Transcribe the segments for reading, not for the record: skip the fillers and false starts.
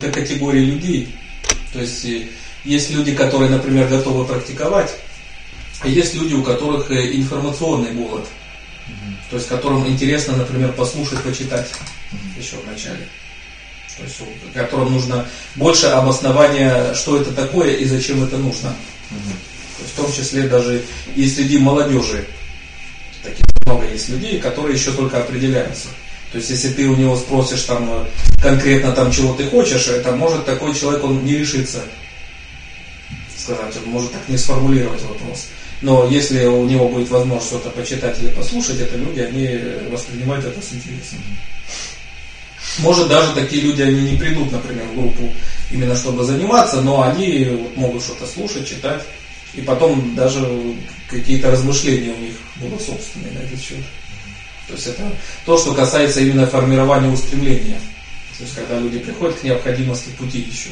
категории людей. То есть есть люди, которые, например, готовы практиковать, а есть люди, у которых информационный голод. То есть которым интересно, например, послушать, почитать еще в начале. То есть которым нужно больше обоснования, что это такое и зачем это нужно. То есть, в том числе даже и среди молодежи таких много есть людей, которые еще только определяются. То есть если ты у него спросишь там конкретно там, чего ты хочешь, это может такой человек, он не решится сказать, он может так не сформулировать вопрос. Но если у него будет возможность что-то почитать или послушать, это люди, они воспринимают это с интересом. Может даже такие люди, они не придут, например, в группу именно чтобы заниматься, но они вот могут что-то слушать, читать, и потом даже какие-то размышления у них будут собственные на этот счет. То есть это то, что касается именно формирования устремления. То есть когда люди приходят к необходимости пути еще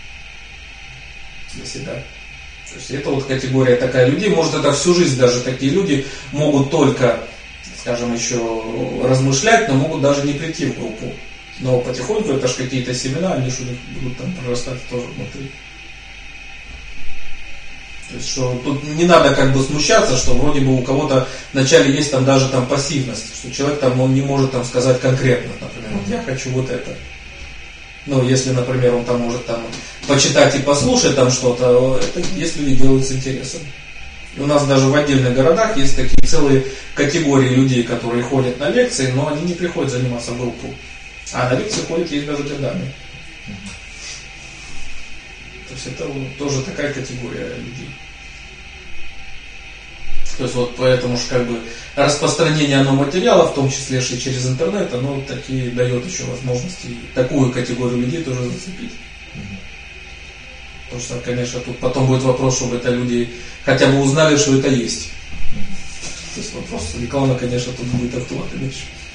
для себя. То есть это вот категория такая людей, может это всю жизнь даже такие люди могут только, скажем, еще размышлять, но могут даже не прийти в группу. Но потихоньку это же какие-то семена, они же у них будут там прорастать тоже внутри. То есть что тут не надо как бы смущаться, что вроде бы у кого-то вначале есть там даже там пассивность, что человек там он не может там сказать конкретно, например, вот я хочу вот это. Ну, если, например, он там может там почитать и послушать там что-то, это есть люди делают с интересом. И у нас даже в отдельных городах есть такие целые категории людей, которые ходят на лекции, но они не приходят заниматься в группу. А на лекции ходят есть даже годами. То есть это тоже такая категория людей. То есть вот поэтому же как бы распространение материала, в том числе и через интернет, оно таки дает еще возможности такую категорию людей тоже зацепить. Потому что, конечно, тут потом будет вопрос, чтобы это люди хотя бы узнали, что это есть. То есть вопрос реклама, конечно, тут будет актуальный.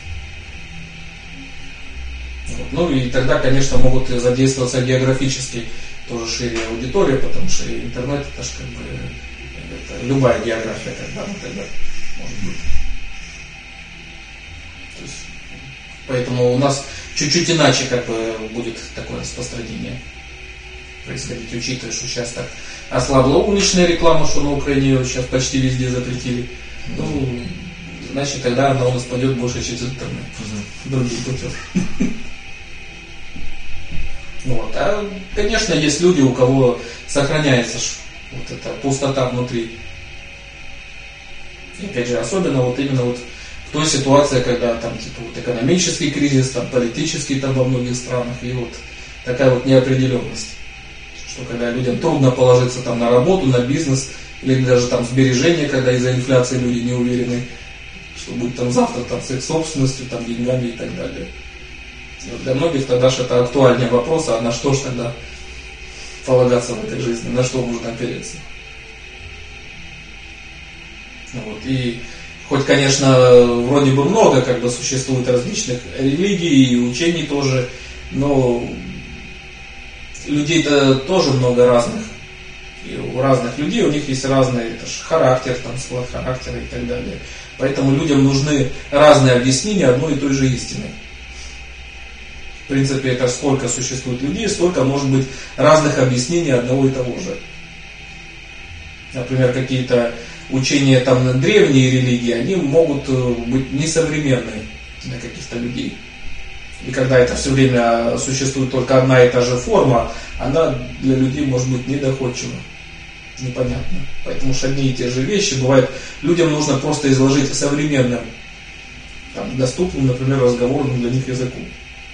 Вот. Ну и тогда, конечно, могут задействоваться географически тоже шире аудитория, потому что интернет это же как бы это любая география тогда может быть. То есть, поэтому у нас чуть-чуть иначе как бы будет такое распространение происходить, учитывая, что сейчас так ослабла уличная реклама, что на Украине ее сейчас почти везде запретили. Ну, значит тогда она у нас пойдет больше через интернет. Другим путем. Вот. А, конечно, есть люди, у кого сохраняется вот эта пустота внутри. И опять же, особенно вот именно вот в той ситуации, когда там типа вот экономический кризис, там политический там во многих странах, и вот такая вот неопределенность. Что когда людям трудно положиться там на работу, на бизнес, или даже там сбережения, когда из-за инфляции люди не уверены, что будет там завтра там, с их собственностью, там, деньгами и так далее. И вот для многих тогда же это актуальнее вопрос, а на что же тогда полагаться в этой жизни, на что можно опереться. Вот. И хоть, конечно, вроде бы много как бы существует различных религий и учений тоже, но людей-то тоже много разных. И у разных людей у них есть разный это ж, характер, там, склад характера и так далее. Поэтому людям нужны разные объяснения одной и той же истины. В принципе, это сколько существует людей, столько может быть разных объяснений одного и того же. Например, какие-то учения там, древние религии, они могут быть несовременные для каких-то людей. И когда это все время существует только одна и та же форма, она для людей может быть недоходчива, непонятна. Поэтому что одни и те же вещи бывают, людям нужно просто изложить современным, там, доступным, например, разговорным для них языком.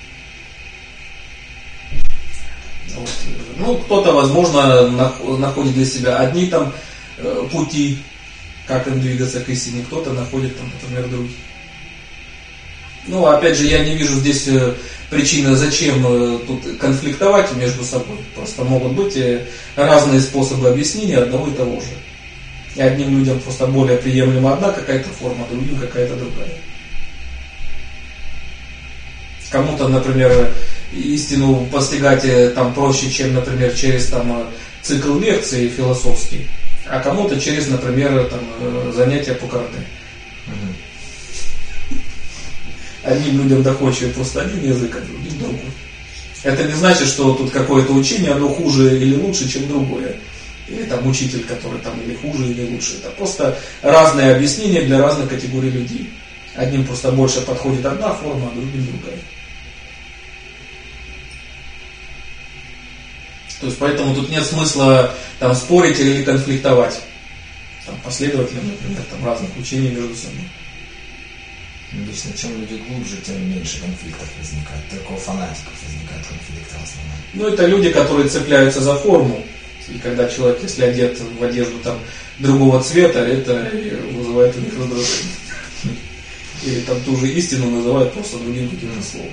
Вот. Ну, кто-то, возможно, находит для себя одни там пути, как им двигаться к истине, кто-то находит там, например, другие. Ну, опять же, я не вижу здесь причины, зачем тут конфликтовать между собой. Просто могут быть разные способы объяснения одного и того же. И одним людям просто более приемлема одна какая-то форма, другим какая-то другая. Кому-то, например, истину постигать там проще, чем, например, через там, цикл лекций философский, а кому-то через, например, там, занятия по карате. Одним людям доходчивый просто один язык, а другим другой. Это не значит, что тут какое-то учение, оно хуже или лучше, чем другое. Или там учитель, который там или хуже, или лучше. Это просто разные объяснения для разных категорий людей. Одним просто больше подходит одна форма, а другим другая. То есть поэтому тут нет смысла там спорить или конфликтовать. Там, последователям, например, там, разных учений между собой. Обычно, чем люди глубже, тем меньше конфликтов возникает. Только у фанатиков возникают конфликты в основном. Ну, это люди, которые цепляются за форму. И когда человек, если одет в одежду там, другого цвета, это вызывает у них раздражение. Или там ту же истину называют просто другим каким-то словом.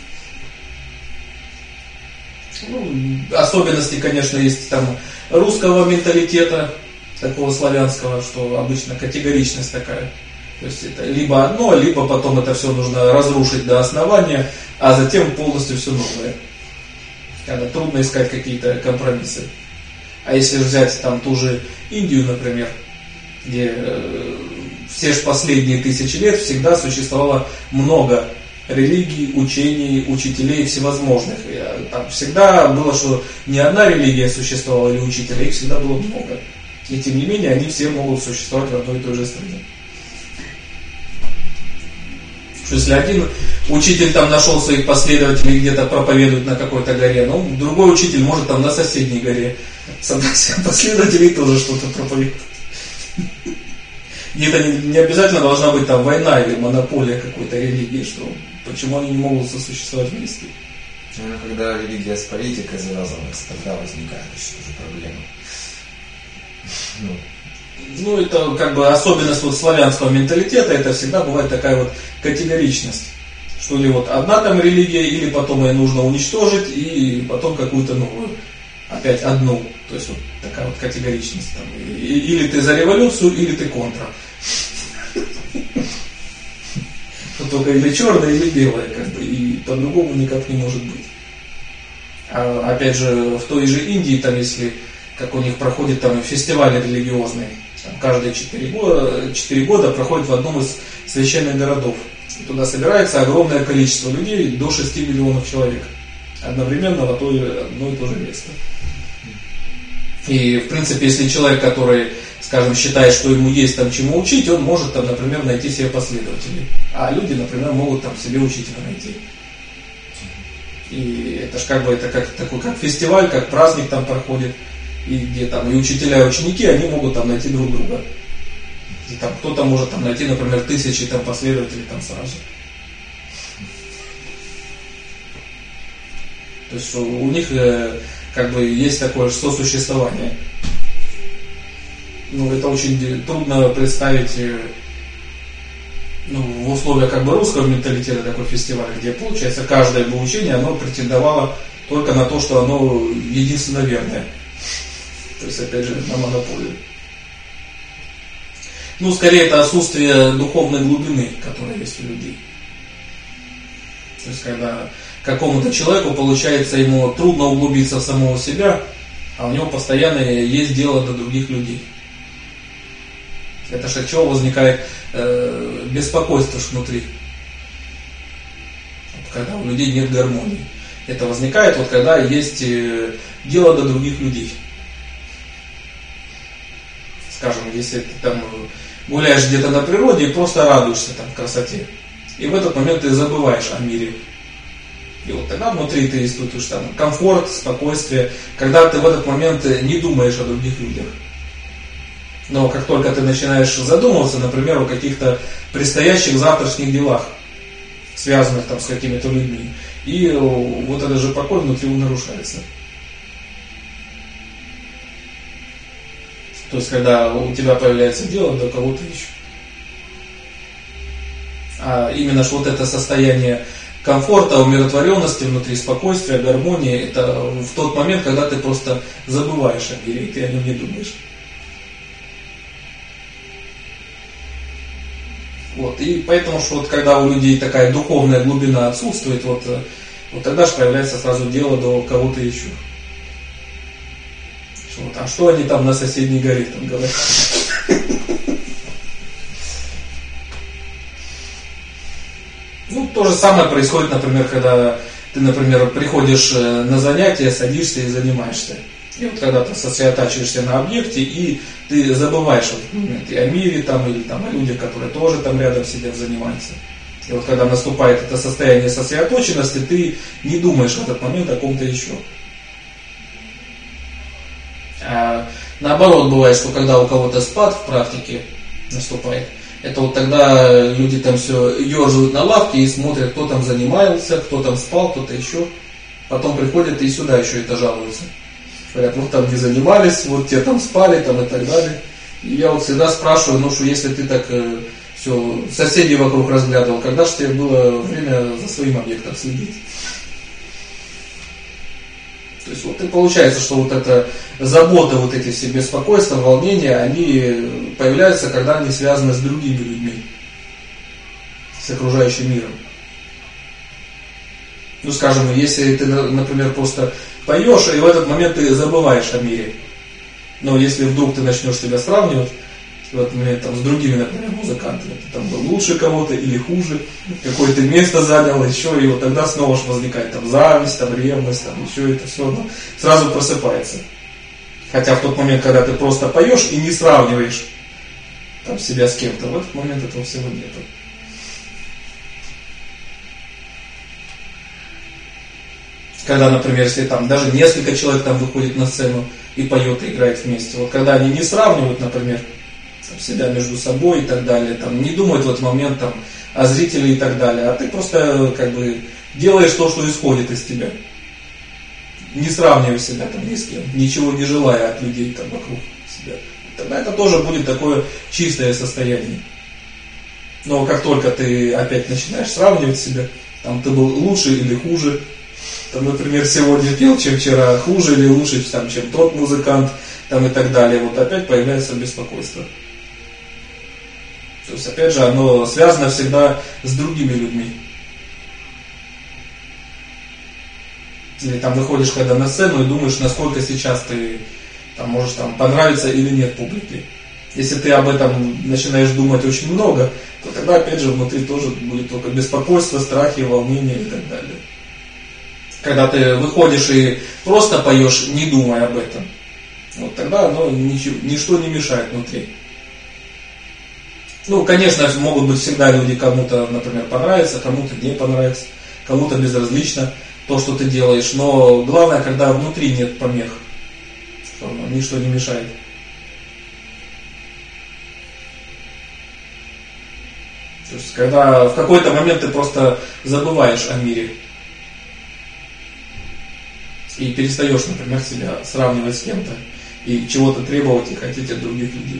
Ну, особенности, конечно, есть там русского менталитета, такого славянского, что обычно категоричность такая. То есть это либо одно, либо потом это все нужно разрушить до основания, а затем полностью все новое. Когда трудно искать какие-то компромиссы. А если взять там ту же Индию, например, где все же последние 1000 лет всегда существовало много религий, учений, учителей всевозможных. И там всегда было, что не одна религия существовала или учителя, их всегда было много. И тем не менее, они все могут существовать в одной и той же стране. Что если один учитель там нашел своих последователей, где-то проповедует на какой-то горе, ну, другой учитель может там на соседней горе собрать последователей тоже что-то проповедует. И это не обязательно должна быть там война или монополия какой-то религии, что почему они не могут сосуществовать вместе. Именно когда религия с политикой завязывается, тогда возникает еще тоже проблема. Ну, это как бы особенность вот славянского менталитета, это всегда бывает такая вот категоричность. Что ли вот одна там религия, или потом ее нужно уничтожить, и потом какую-то новую. Опять одну. То есть вот такая вот категоричность. Там. Или ты за революцию, или ты контра. Только или черное, или белое, как бы, и по-другому никак не может быть. А опять же, в той же Индии, там если, как у них проходит там фестивали религиозные, там, каждые 4 года проходит в одном из священных городов. И туда собирается огромное количество людей, до 6 миллионов человек, одновременно в одно и то же место. И в принципе, если человек, который, скажем, считает, что ему есть там чему учить, он может там, например, найти себе последователей. А люди, например, могут там себе учителя найти. И это же как бы это как такой как фестиваль, как праздник там проходит. И где там и учителя, и ученики, они могут там найти друг друга. И там кто-то может там найти, например, 1000 там последователей там сразу. То есть у них как бы есть такое сосуществование. Ну, это очень трудно представить в условиях как бы русского менталитета такой фестиваль, где получается каждое бы учение, оно претендовало только на то, что оно единственно верное. То есть, опять же, на монополию. Ну, скорее, это отсутствие духовной глубины, которая есть у людей. То есть, когда какому-то человеку, получается, ему трудно углубиться в самого себя, а у него постоянно есть дело до других людей. Это же от чего возникает беспокойство внутри. Вот, когда у людей нет гармонии. Это возникает, вот, когда есть дело до других людей. Скажем, если ты там гуляешь где-то на природе и просто радуешься там красоте. И в этот момент ты забываешь о мире. И вот тогда внутри ты испытываешь там комфорт, спокойствие, когда ты в этот момент не думаешь о других людях. Но как только ты начинаешь задумываться, например, о каких-то предстоящих завтрашних делах, связанных там с какими-то людьми, и вот этот же покой внутри нарушается. То есть, когда у тебя появляется дело до кого-то еще. А именно что вот это состояние комфорта, умиротворенности внутри, спокойствия, гармонии, это в тот момент, когда ты просто забываешь о мире, и ты о нем не думаешь. Вот. И поэтому, что вот когда у людей такая духовная глубина отсутствует, вот тогда же появляется сразу дело до кого-то еще. Вот. А что они там на соседней горе там говорят? Ну, то же самое происходит, например, когда ты, например, приходишь на занятия, садишься и занимаешься. И вот когда ты сосредотачиваешься на объекте, и ты забываешь в этот момент и о мире, там, или там, о людях, которые тоже там рядом сидят, занимаются. И вот когда наступает это состояние сосредоточенности, ты не думаешь в этот момент о ком-то еще. А наоборот бывает, что когда у кого-то спад в практике наступает, это вот тогда люди там все ерживают на лавке и смотрят, кто там занимался, кто там спал, кто-то еще. Потом приходят и сюда еще это жалуются. Говорят, вот там не занимались, вот те там спали, там и так далее. И я вот всегда спрашиваю, ну что если ты так все, соседей вокруг разглядывал, когда же тебе было время за своим объектом следить? То есть вот и получается, что вот эта забота, вот эти все беспокойства, волнения, они появляются, когда они связаны с другими людьми, с окружающим миром. Ну, скажем, если ты, например, просто поешь, и в этот момент ты забываешь о мире. Но если вдруг ты начнешь себя сравнивать, в этот момент там, с другими, например, музыкантами, ты там был лучше кого-то или хуже, какое-то место занял, еще, и вот тогда снова же возникает там зависть, там ревность, там еще это все, ну, сразу просыпается. Хотя в тот момент, когда ты просто поешь и не сравниваешь там, себя с кем-то, в этот момент этого всего нету. Когда, например, если там даже несколько человек там выходит на сцену и поет, и играет вместе. Вот когда они не сравнивают, например, там, себя между собой и так далее, там, не думают в этот момент там, о зрителе и так далее, а ты просто как бы делаешь то, что исходит из тебя. Не сравнивай себя там ни с кем, ничего не желая от людей там вокруг себя. Тогда это тоже будет такое чистое состояние. Но как только ты опять начинаешь сравнивать себя, там ты был лучше или хуже, там, например, сегодня пел, чем вчера, хуже или лучше, там, чем тот музыкант, там, и так далее, вот опять появляется беспокойство. То есть, опять же, оно связано всегда с другими людьми. Или там выходишь когда на сцену и думаешь, насколько сейчас ты там, можешь там, понравиться или нет публике. Если ты об этом начинаешь думать очень много, то тогда опять же внутри тоже будет только беспокойство, страхи, волнение и так далее. Когда ты выходишь и просто поешь, не думая об этом, вот тогда ничто не мешает внутри. Ну, конечно, могут быть всегда люди, кому-то, например, понравится, кому-то не понравится, кому-то безразлично то, что ты делаешь. Но главное, когда внутри нет помех, что ничто не мешает. То есть, когда в какой-то момент ты просто забываешь о мире. И перестаешь, например, себя сравнивать с кем-то и чего-то требовать и хотеть от других людей.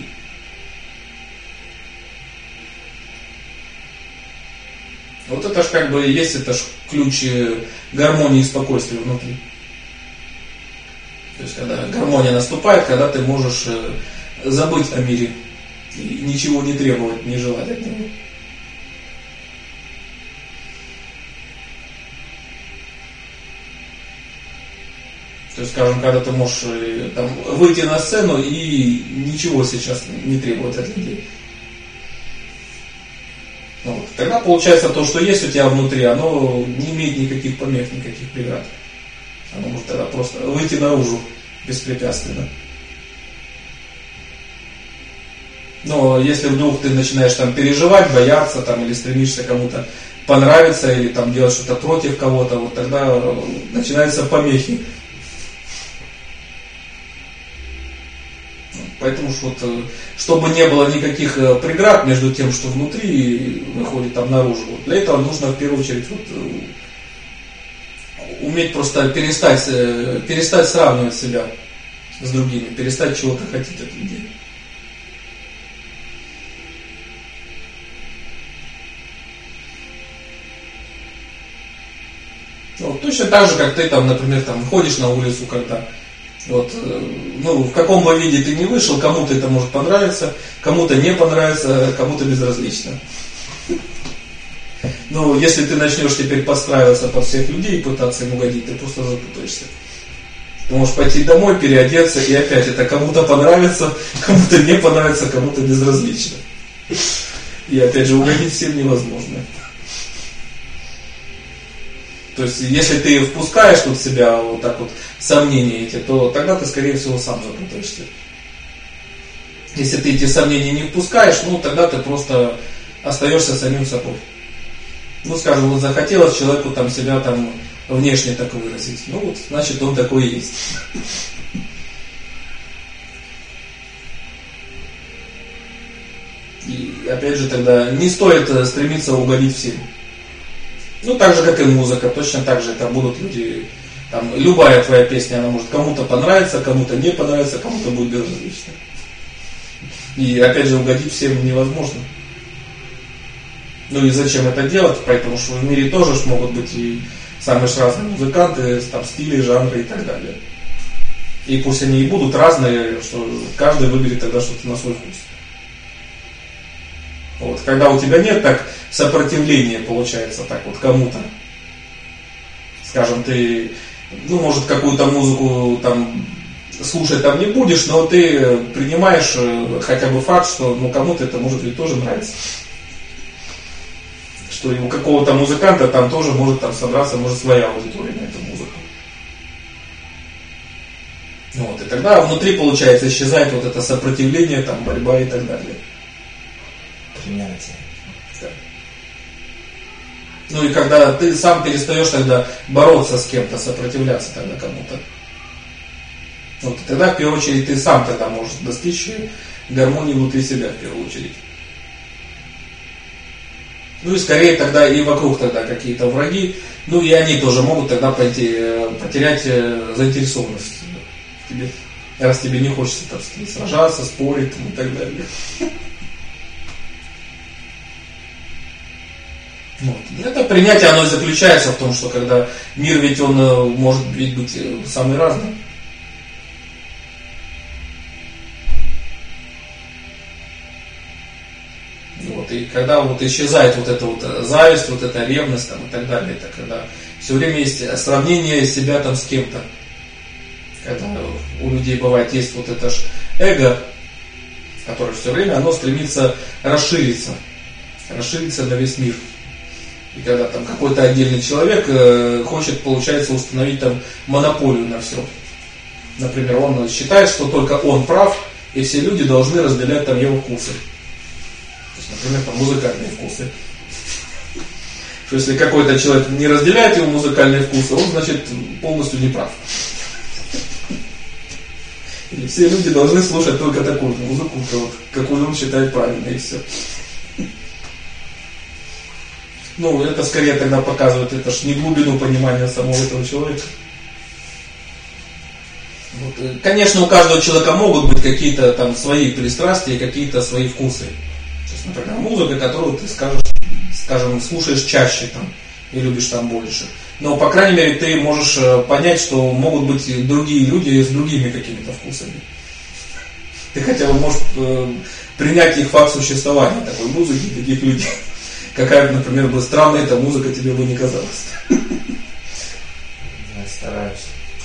Вот это ж как бы есть, это ж ключ гармонии и спокойствия внутри. То есть когда гармония наступает, когда ты можешь забыть о мире и ничего не требовать, не желать от него. То есть, скажем, когда ты можешь там, выйти на сцену и ничего сейчас не требовать от людей. Вот. Тогда получается то, что есть у тебя внутри, оно не имеет никаких помех, никаких преград. Оно может тогда просто выйти наружу беспрепятственно. Но если вдруг ты начинаешь там переживать, бояться там, или стремишься кому-то понравиться, или там делать что-то против кого-то, вот тогда начинаются помехи. Поэтому, чтобы не было никаких преград между тем, что внутри выходит там наружу, вот для этого нужно в первую очередь уметь просто перестать сравнивать себя с другими, перестать чего-то хотеть от людей. Вот, точно так же, как ты там, например, там, выходишь на улицу, когда вот, в каком бы виде ты не вышел, кому-то это может понравиться, кому-то не понравится, кому-то безразлично. Но если ты начнешь теперь подстраиваться под всех людей и пытаться им угодить, ты просто запутаешься. Ты можешь пойти домой, переодеться, и опять это кому-то понравится, кому-то не понравится, кому-то безразлично. И опять же угодить всем невозможно. То есть, если ты впускаешь тут в себя вот так вот сомнения эти, то тогда ты, скорее всего, сам запутаешься. Если ты эти сомнения не впускаешь, ну, тогда ты просто остаешься самим собой. Ну, скажем, вот захотелось человеку там себя там внешне так выразить. Ну, вот, значит, он такой и есть. И, опять же, тогда не стоит стремиться угодить всем. Ну, так же, как и музыка, точно так же это будут люди, там, любая твоя песня, она может кому-то понравиться, кому-то не понравиться, кому-то будет безразлично. И, опять же, угодить всем невозможно. Ну и зачем это делать? Потому что в мире тоже могут быть и самые разные музыканты, там, стили, жанры и так далее. И пусть они и будут разные, что каждый выберет тогда что-то на свой вкус. Вот, когда у тебя нет так сопротивления, получается, так вот кому-то. Скажем, ты, ну, может, какую-то музыку там слушать там не будешь, но ты принимаешь хотя бы факт, что ну, кому-то это может ведь тоже нравится. Что у какого-то музыканта там тоже может там собраться, может, своя аудитория на эту музыку. Вот, и тогда внутри, получается, исчезает вот это сопротивление, там, борьба и так далее. Принятие. Да. Ну и когда ты сам перестаешь тогда бороться с кем-то, сопротивляться тогда кому-то. Вот, и тогда, в первую очередь, ты сам тогда можешь достичь гармонии внутри себя, в первую очередь. Ну и скорее тогда и вокруг тогда какие-то враги, ну и они тоже могут тогда потерять заинтересованность в тебе, раз тебе не хочется там сражаться, спорить и так далее. Вот. Это принятие, оно и заключается в том, что когда мир ведь он может ведь быть самый разный. Вот. И когда вот исчезает вот эта вот зависть, вот эта ревность там, и так далее, это когда все время есть сравнение себя там с кем-то. Когда у людей бывает есть вот это ж эго, которое все время оно стремится расшириться на весь мир. И когда там какой-то отдельный человек хочет, получается, установить там монополию на все. Например, он считает, что только он прав, и все люди должны разделять там его вкусы. То есть, например, там музыкальные вкусы. Что если какой-то человек не разделяет его музыкальные вкусы, он, значит, полностью не прав. И все люди должны слушать только такую музыку, какую он считает правильной, и все. Ну, это скорее тогда показывает, это ж не глубину понимания самого этого человека. Вот. Конечно, у каждого человека могут быть какие-то там свои пристрастия, какие-то свои вкусы. То есть, например, музыка, которую ты скажем, слушаешь чаще там, и любишь там больше. Но, по крайней мере, ты можешь понять, что могут быть и другие люди с другими какими-то вкусами. Ты хотя бы можешь принять их факт существования такой музыки, таких людей. Какая, например, бы странная эта музыка тебе бы не казалась. Я стараюсь.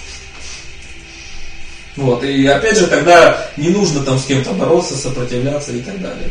Вот, и опять же, тогда не нужно там с кем-то бороться, сопротивляться и так далее.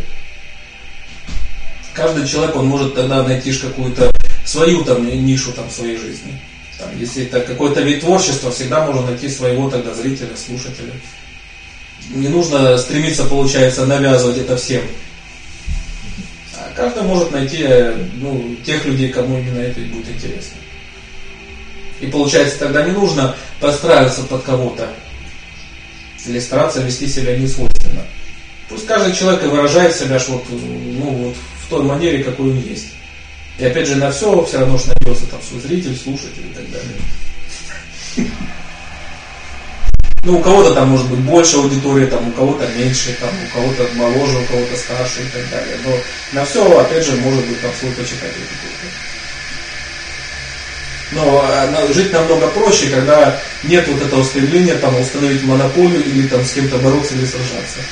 Каждый человек, он может тогда найти какую-то свою там нишу там в своей жизни. Там, если это какой-то вид творчества, всегда можно найти своего тогда зрителя, слушателя. Не нужно стремиться, получается, навязывать это всем. Каждый может найти тех людей, кому именно это будет интересно. И получается, тогда не нужно подстраиваться под кого-то или стараться вести себя несвойственно. Пусть каждый человек и выражает себя вот в той манере, какой он есть. И опять же, на все равно же найдется там свой зритель, слушатель и так далее. Ну, у кого-то там может быть больше аудитории, там, у кого-то меньше, там, у кого-то моложе, у кого-то старше и так далее. Но на все, опять же, может быть там свой почитатель какой-то. Но жить намного проще, когда нет вот этого стремления там установить монополию или там с кем-то бороться или сражаться.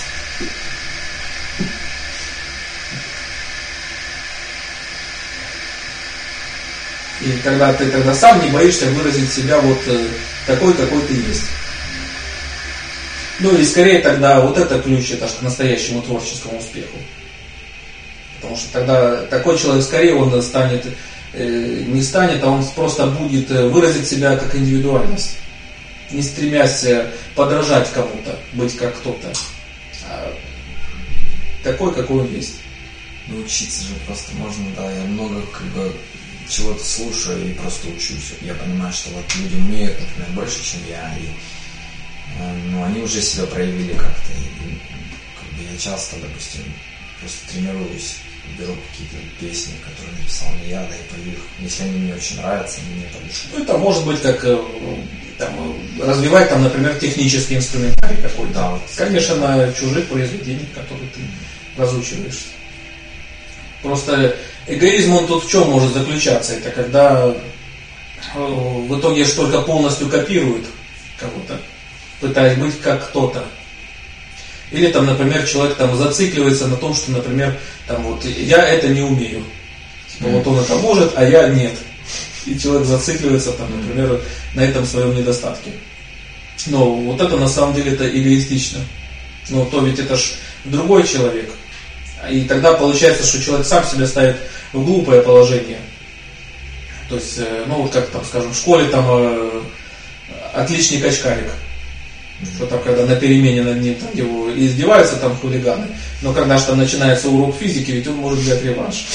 И когда ты тогда сам не боишься выразить себя вот такой, какой ты есть. Ну и скорее тогда вот это ключ это к настоящему творческому успеху. Потому что тогда такой человек скорее он станет не станет, а он просто будет выразить себя как индивидуальность, не стремясь подражать кому-то, быть как кто-то, а такой, какой он есть. Ну, учиться же просто можно, да, я много чего-то слушаю и просто учусь. Я понимаю, что вот люди умеют, например, больше, чем я, и они уже себя проявили как-то. И я часто, допустим, просто тренируюсь, беру какие-то песни, которые написал не я, да, и пою их. Если они мне очень нравятся, они мне по душе. Ну, это может быть как там, развивать, там, например, технический инструментарий какой-то. Да, вот. Конечно, на чужих произведениях, которые ты разучиваешь. Просто эгоизм, он тут в чем может заключаться? Это когда в итоге только полностью копирует кого-то, пытаясь быть как кто-то. Или там, например, человек там зацикливается на том, что, например, там вот я это не умею. Типа вот он это может, а я нет. И человек зацикливается там, например, на этом своем недостатке. Но вот это на самом деле это эгоистично. Но то ведь это ж другой человек. И тогда получается, что человек сам себя ставит в глупое положение. То есть, ну вот как там, скажем, в школе там отличник-очкарик. Что там, когда на перемене над ним там, его издеваются там хулиганы, но когда же там начинается урок физики, ведь он может взять реванш.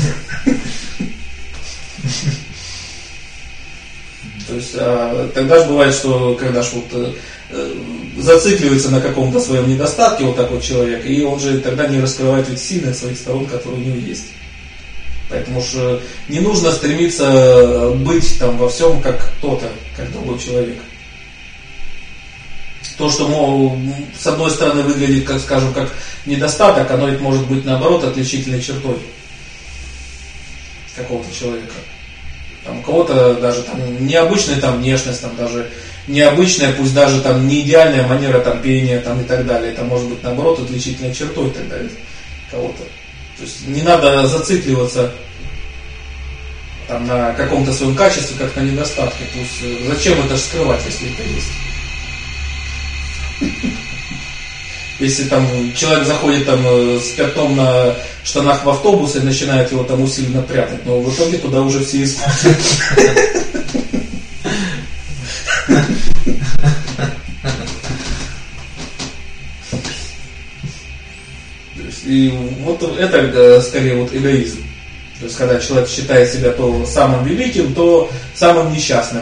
То есть, тогда же бывает, что когда ж вот зацикливается на каком-то своем недостатке вот такой человек, и он же тогда не раскрывает ведь сильных своих сторон, которые у него есть. Поэтому что не нужно стремиться быть там во всем как кто-то, как другой человек. То, что, мол, с одной стороны выглядит, как, скажем, как недостаток, оно ведь может быть наоборот отличительной чертой какого-то человека. Там, у кого-то даже там необычная там внешность, там даже необычная, пусть даже там не идеальная манера там пения там, и так далее. Это может быть наоборот отличительной чертой тогда кого-то. То есть не надо зацикливаться там, на каком-то своем качестве, как на недостатке. Пусть, зачем это скрывать, если это есть? Если там человек заходит там с пятном на штанах в автобус и начинает его там усиленно прятать, но в итоге туда уже все идут. И вот это скорее вот эгоизм. То есть когда человек считает себя то самым великим, то самым несчастным.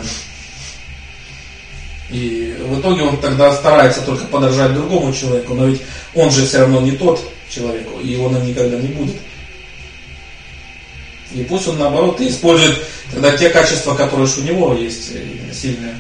И в итоге он тогда старается только подражать другому человеку, но ведь он же все равно не тот человек, и он им никогда не будет. И пусть он наоборот использует тогда те качества, которые у него есть, сильные.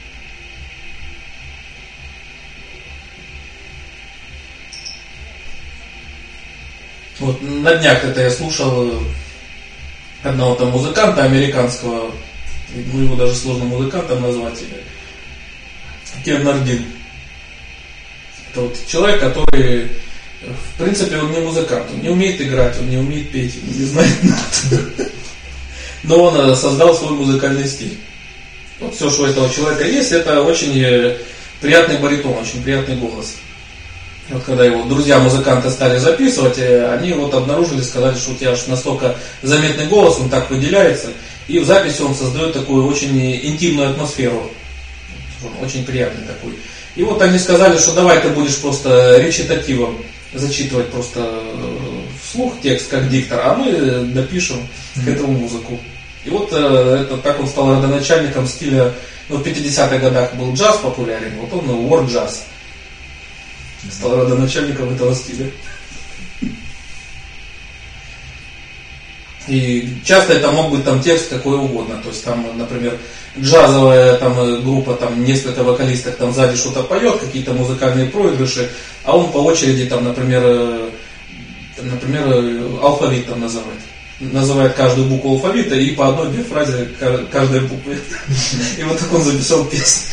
Вот на днях это я слушал одного там музыканта американского, ну его даже сложно музыкантом назвать, Кен Нардин. Это вот человек, который, в принципе, он не музыкант, он не умеет играть, он не умеет петь, он не знает нот. Но он создал свой музыкальный стиль. Вот все, что у этого человека есть, это очень приятный баритон, очень приятный голос. Вот когда его друзья-музыканты стали записывать, они вот обнаружили, сказали, что у тебя аж настолько заметный голос, он так выделяется, и в записи он создает такую очень интимную атмосферу. Очень приятный такой. И вот они сказали, что давай ты будешь просто речитативом зачитывать просто вслух текст как диктор, а мы допишем к этому музыку. И вот это, так он стал родоначальником стиля, ну, в 50-х годах был джаз популярен, вот он world джаз. Стал родоначальником этого стиля. И часто это мог быть там текст какой угодно. То есть там, например, джазовая там, группа, там несколько вокалисток там сзади что-то поет, какие-то музыкальные проигрыши, а он по очереди там, например, алфавит там называет каждую букву алфавита и по одной-две фразе каждой буквы. И вот так он записал песню.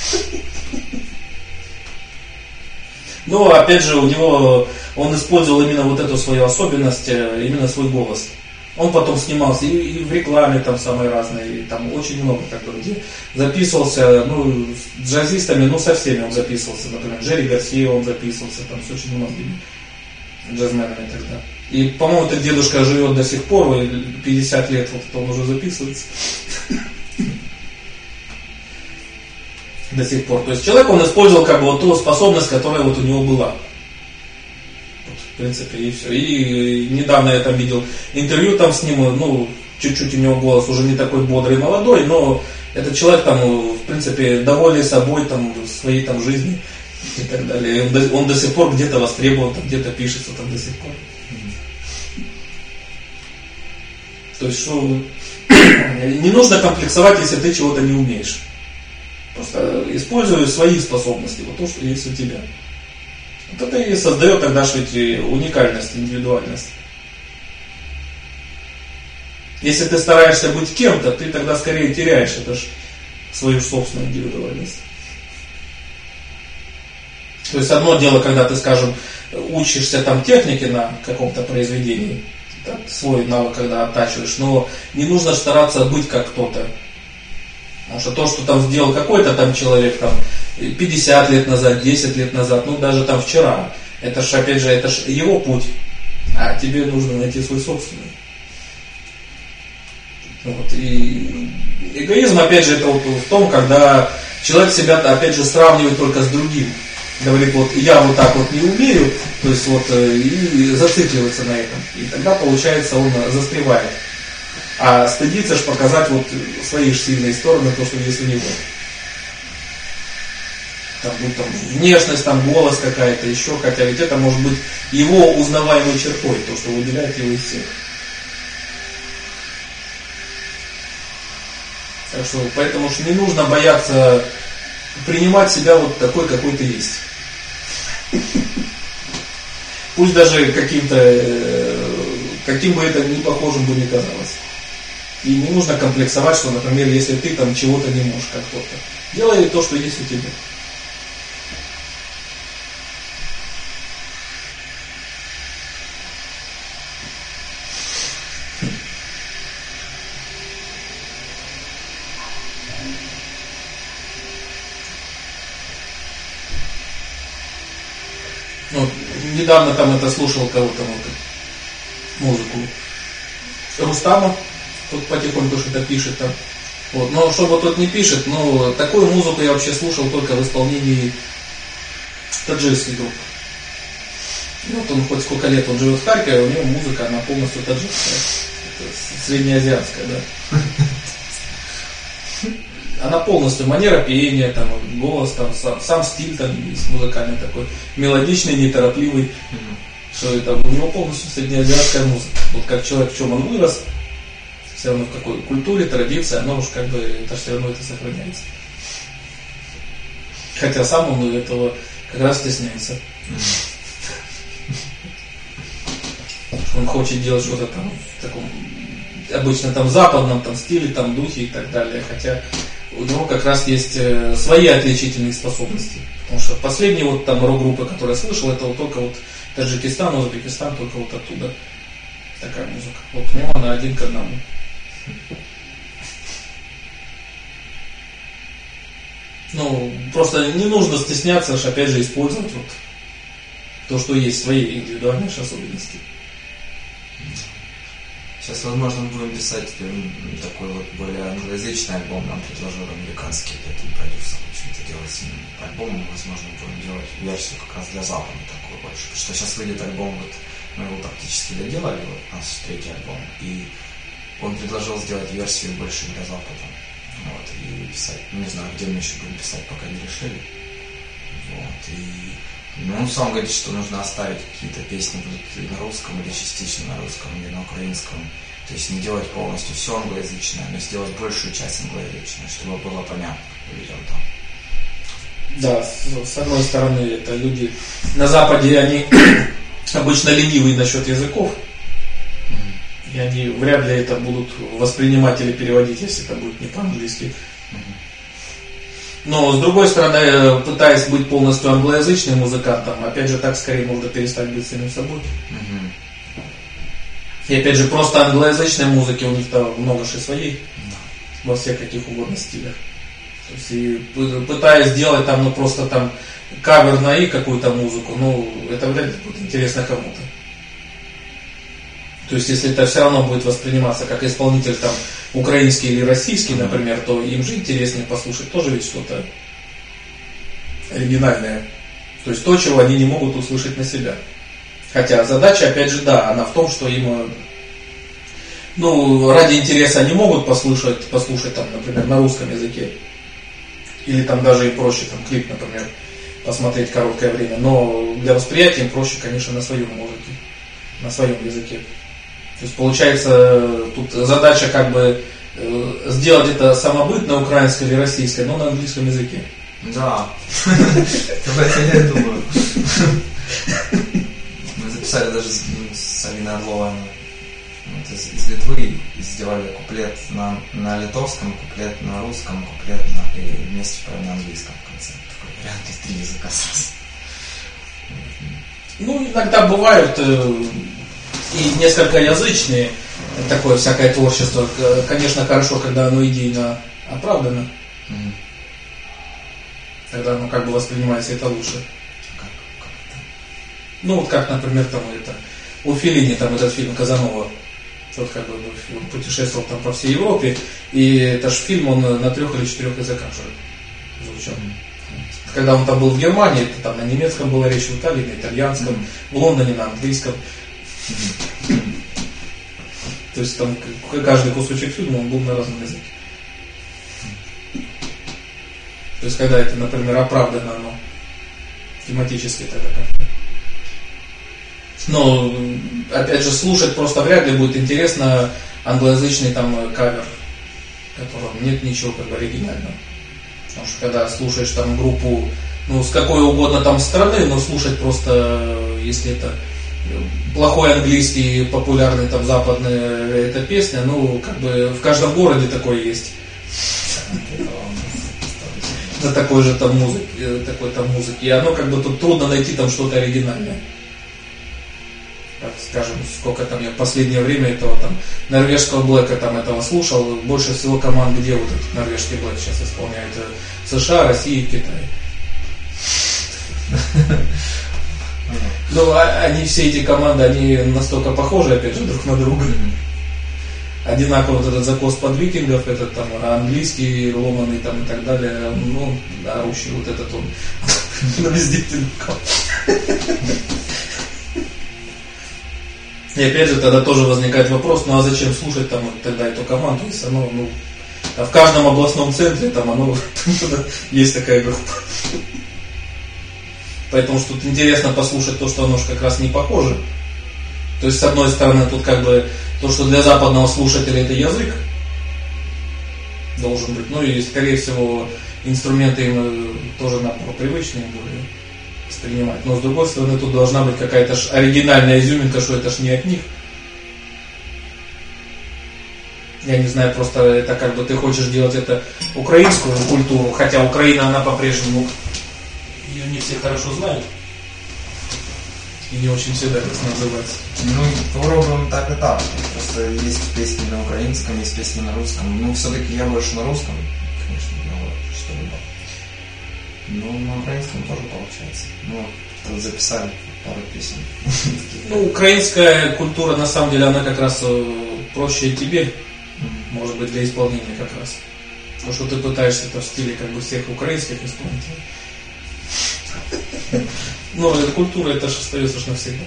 Но опять же он использовал именно вот эту свою особенность, именно свой голос. Он потом снимался и в рекламе там самые разные, и там очень много так где записывался, ну, с джазистами, ну, со всеми он записывался, например, Джерри Гарсия он записывался, там с очень многими. джазменами тогда. И, по-моему, этот дедушка живет до сих пор, и 50 лет вот он уже записывается. До сих пор. То есть человек, он использовал как бы вот ту способность, которая вот у него была. Вот, в принципе, и все. И недавно я там видел интервью там с ним, ну, чуть-чуть у него голос уже не такой бодрый, молодой, но этот человек там, в принципе, довольный собой, там, своей там жизни и так далее. Он до сих пор где-то востребован, там, где-то пишется там до сих пор. То есть, что не нужно комплексовать, если ты чего-то не умеешь. Просто используй свои способности, вот то, что есть у тебя. Вот это и создает тогда же ведь уникальность, индивидуальность. Если ты стараешься быть кем-то, ты тогда скорее теряешь это ж свою собственную индивидуальность. То есть одно дело, когда ты, скажем, учишься там технике на каком-то произведении, да, свой навык когда оттачиваешь, но не нужно стараться быть как кто-то. Потому что то, что там сделал какой-то там человек там 50 лет назад, 10 лет назад, ну даже там вчера, это ж опять же, это ж его путь, а тебе нужно найти свой собственный. Вот. И эгоизм, опять же, это вот в том, когда человек себя, опять же, сравнивает только с другим. Говорит, вот я вот так вот не умею, то есть вот и зацикливается на этом. И тогда, получается, он застревает. А стыдится ж показать вот свои сильные стороны, то, что есть у него. Там, будь там внешность, там голос какая-то, еще, хотя ведь это может быть его узнаваемой чертой, то, что выделяет его из всех. Так что, поэтому что не нужно бояться принимать себя вот такой, какой ты есть. Пусть даже каким бы это ни похожим бы ни казалось. И не нужно комплексовать, что, например, если ты там чего-то не можешь, как кто-то. Делай то, что есть у тебя. Ну, недавно там это слушал кого-то музыку Рустама, тут потихоньку что-то пишет там. Вот. Но чтобы тот не пишет, но такую музыку я вообще слушал только в исполнении таджикских групп. Вот он хоть сколько лет он живет в Харькове, у него музыка, она полностью таджикская. Это среднеазиатская, да. Она полностью, манера пения, там, голос, там, сам стиль там есть музыкальный такой, мелодичный, неторопливый. Что это у него полностью среднеазиатская музыка. Вот как человек, в чем он вырос, все равно в какой культуре, традиции, оно уж как бы, это все равно это сохраняется. Хотя сам он этого как раз стесняется. Он хочет делать что-то там в таком обычно там западном там стиле, там духе и так далее. Хотя у него как раз есть свои отличительные способности. Потому что последние вот там рок-группы, которые я слышал, это вот только вот Таджикистан, Узбекистан, только вот оттуда такая музыка. Вот у него она один к одному. Ну, просто не нужно стесняться, опять же, использовать вот то, что есть, свои индивидуальные особенности. Сейчас, возможно, будем писать такой вот более англоязычный альбом, нам предложил американский этот продюсер, что-то делать с ним альбомом, возможно, будем делать версию как раз для Запада такую больше. Потому что сейчас выйдет альбом, вот мы его практически доделали, вот наш третий альбом, и он предложил сделать версию больше для Запада. Вот, и писать, не знаю, где мы еще будем писать, пока не решили. Вот, и он сам говорит, что нужно оставить какие-то песни будут на русском или частично на русском, или на украинском. То есть не делать полностью все англоязычное, но сделать большую часть англоязычной, чтобы было понятно людям там. Да, с одной стороны, это люди на Западе, они обычно ленивые насчет языков. И они вряд ли это будут воспринимать или переводить, если это будет не по-английски. Но, с другой стороны, пытаясь быть полностью англоязычным музыкантом, опять же, так скорее можно перестать быть самим собой. И опять же, просто англоязычной музыки у них-то много же своей, во всех каких угодно стилях. То есть, и пытаясь сделать там, ну, просто там кавер на какую-то музыку, ну, это вряд ли будет интересно кому-то. То есть, если это все равно будет восприниматься как исполнитель там украинский или российский, например, то им же интереснее послушать тоже ведь что-то оригинальное. То есть то, чего они не могут услышать на себя. Хотя задача, опять же, да, она в том, что им, ради интереса они могут послушать там, например, на русском языке. Или там даже и проще там клип, например, посмотреть короткое время. Но для восприятия им проще, конечно, на своем музыке, на своем языке. То есть получается, тут задача как бы сделать это самобытно, украинское или российское, но на английском языке. Да, об этом я думаю. Мы записали даже с Алиной Орловой из Литвы, сделали куплет на литовском, куплет на русском, куплет и вместе на английском в конце. Такой вариант из 3 языка сразу. Иногда бывают и несколькоязычные, такое всякое творчество. Конечно, хорошо, когда оно идейно оправдано. Тогда оно как бы воспринимается это лучше. Как, например, там у Феллини там этот фильм «Казанова». Тот как бы он путешествовал там по всей Европе, и это же фильм, он на 3 или 4 языках же звучал. Когда он там был в Германии, это там на немецком была речь, в Италии на итальянском, в Лондоне на английском. То есть там каждый кусочек фильма он был на разном языке. То есть когда это, например, оправдано, тематически тогда как-то. Но, опять же, слушать просто вряд ли будет интересно англоязычный там кавер, в котором нет ничего как бы оригинального. Потому что когда слушаешь там группу, с какой угодно там страны, но слушать просто, если это плохой английский, популярный там западный, эта песня, как бы в каждом городе такой есть. На такой же там музыке. И оно как бы тут трудно найти там что-то оригинальное. Как, скажем, сколько там я в последнее время этого там норвежского блэка там этого слушал, больше всего команд, где вот этот норвежский блэк сейчас исполняет, США, Россия и Китай. Они все эти команды, они настолько похожи, опять же, друг на друга. Одинаково вот этот закос под викингов, этот там английский, ломаный там и так далее, орущий вот этот он везде одинаково. И опять же тогда тоже возникает вопрос, а зачем слушать там тогда эту команду, если оно, в каждом областном центре там оно есть такая группа. Поэтому что тут интересно послушать то, что оно же как раз не похоже. То есть с одной стороны тут как бы то, что для западного слушателя это язык должен быть, и скорее всего инструменты им тоже привычные более воспринимать. Но с другой стороны тут должна быть какая-то оригинальная изюминка, что это ж не от них. Я не знаю, просто это как бы ты хочешь делать это украинскую культуру, хотя Украина, она по-прежнему, ее не все хорошо знают. И не очень всегда это называется. Попробуем так и так. Просто есть песни на украинском, есть песни на русском. Все-таки я больше на русском, конечно, что-либо. Но на украинском тоже получается. Тут записали пару песен. Украинская культура, на самом деле, она как раз проще тебе, может быть, для исполнения как раз. Потому что ты пытаешься это в стиле как бы всех украинских исполнителей. Эта культура, это же остается навсегда.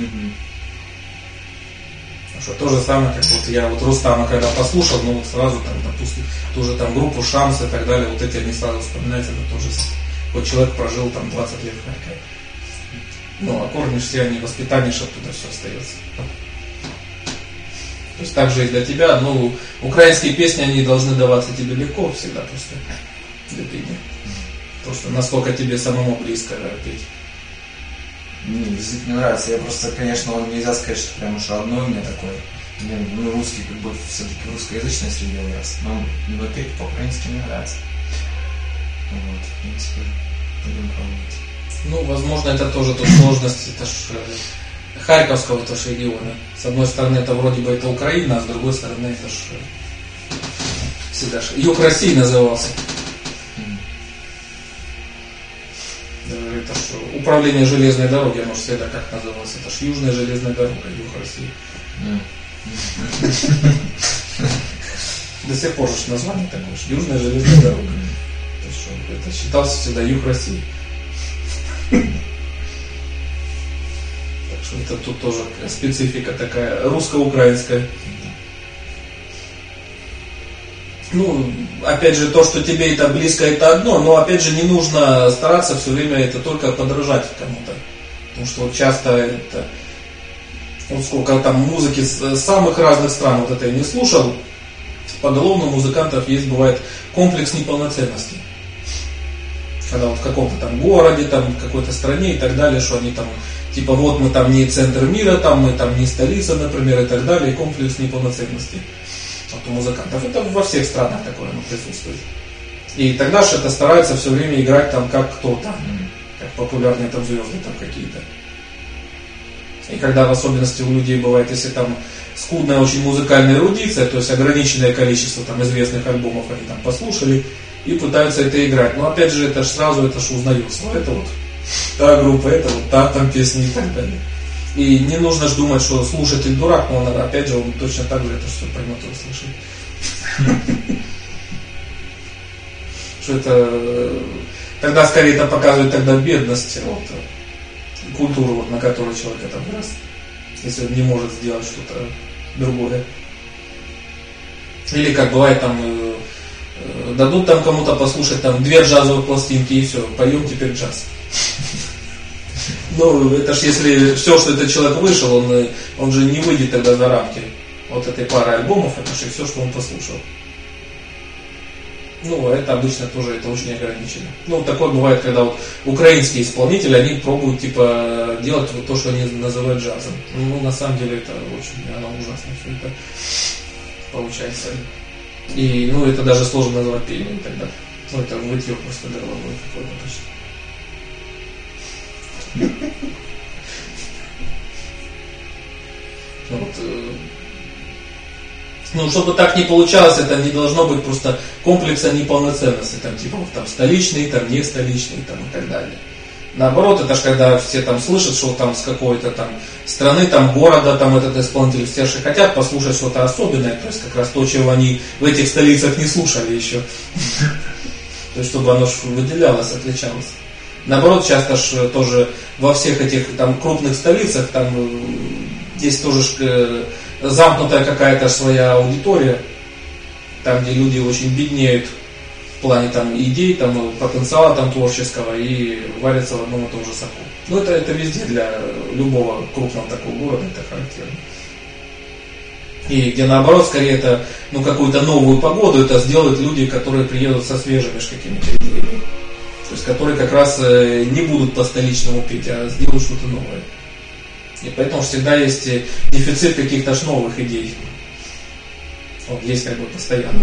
Что то же самое, как вот я Рустама когда послушал, сразу там, допустим, ту же там группу Шамс и так далее, эти они сразу вспоминаются, это тоже вот человек прожил там 20 лет в Харькове. А корни все они воспитание, что туда все остается. То есть так же и для тебя, украинские песни, они должны даваться тебе легко всегда просто для пения. Потому что насколько тебе самому близко петь. Мне язык не нравится. Я просто, конечно, нельзя сказать, что прям уж родной у меня такой. Русский как бы все-таки в русскоязычной среде вырос. Но петь по-украински мне нравится. В принципе, будем пробовать. Возможно, это тоже тут сложность, это ж Харьковского тоже региона. С одной стороны, это вроде бы это Украина, а с другой стороны, это ж всегда юг России назывался. Это ж управление железной дороги, оно же всегда как называлось, это ж Южная железная дорога, юг России. До сих пор же название такое, Южная железная дорога. Это считался всегда юг России. Так что это тут тоже специфика такая русско-украинская. Ну, опять же, то, что тебе это близко, это одно, но опять же не нужно стараться все время это только подражать кому-то. Потому что вот часто это, вот сколько там музыки с самых разных стран, вот это я не слушал, поголовно у музыкантов есть, бывает, комплекс неполноценности. Когда вот в каком-то там городе, там в какой-то стране и так далее, что они там, типа вот мы там не центр мира, там мы там не столица, например, и так далее, и комплекс неполноценности. Вот у музыкантов. Это во всех странах такое оно присутствует. И тогда же это стараются все время играть там как кто-то, как популярные там звезды там какие-то. И когда в особенности у людей бывает, если там скудная очень музыкальная эрудиция, то есть ограниченное количество там известных альбомов они там послушали и пытаются это играть. Но опять же, это ж сразу это ж узнается. Ну, это вот та группа, это вот та там песни и так далее. И не нужно же думать, что слушатель дурак, но он, опять же, он точно так же это все поймет и услышит. Что это тогда скорее это показывает тогда бедность, вот, культуру, вот, на которой человек это вырос, если он не может сделать что-то другое. Или как бывает там дадут там кому-то послушать там 2 джазовые пластинки и все, поем теперь джаз. Ну, это ж если все, что этот человек вышел, он же не выйдет тогда за рамки вот этой пары альбомов, это же все, что он послушал. Ну, это обычно тоже это очень ограничено. Ну, такое бывает, когда вот украинские исполнители, они пробуют типа делать вот то, что они называют джазом. Ну, на самом деле это очень, оно ужасно все это получается. И, ну, это даже сложно назвать пением тогда. Ну, это вытье просто горловое какое-то почти. Вот, ну, чтобы так не получалось, это не должно быть просто комплекса неполноценности, там, типа, вот, там, столичный, там, не столичный, там, и так далее. Наоборот, это же когда все там слышат, что там с какой-то там страны, там, города, там, этот исполнитель, все же хотят послушать что-то особенное, то есть, как раз то, чего они в этих столицах не слушали еще. То есть, чтобы оно выделялось, отличалось. Наоборот, часто ж тоже во всех этих там крупных столицах там есть тоже замкнутая какая-то своя аудитория, там где люди очень беднеют в плане там идей, там потенциала там творческого и варятся в одном и том же соку. Ну это везде для любого крупного такого города это характерно. И где наоборот, скорее это ну какую-то новую погоду это сделают люди, которые приедут со свежими какими-то идеями. То есть, которые как раз не будут по-столичному петь, а сделают что-то новое. И поэтому всегда есть дефицит каких-то новых идей. Вот, есть как бы постоянно.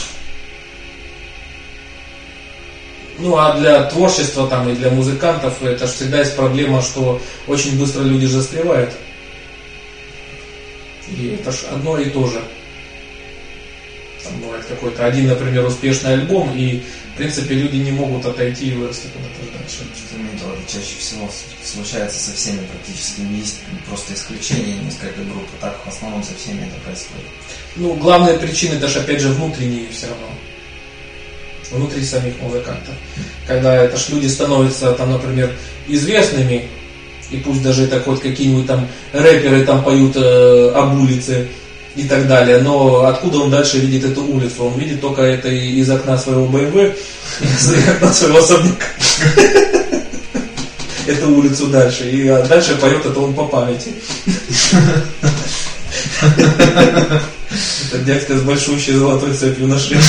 Ну а для творчества там, и для музыкантов это же всегда есть проблема, что очень быстро люди застревают. И это же одно и то же. Там бывает какой-то один, например, успешный альбом, и в принципе люди не могут отойти и вырасти куда-то дальше. Это чаще всего случается со всеми практически. Есть просто исключения, несколько групп, а так в основном со всеми это происходит. Ну, главные причины даже опять же внутренние все равно. Внутри самих музыкантов. Когда это ж люди становятся там, например, известными, и пусть даже это хоть какие-нибудь там рэперы там поют об улице и так далее, но откуда он дальше видит эту улицу? Он видит только это из окна своего BMW, из окна своего особняка. Эту улицу дальше. И дальше поет это он по памяти. Это дядька с большущей золотой цепью на шее.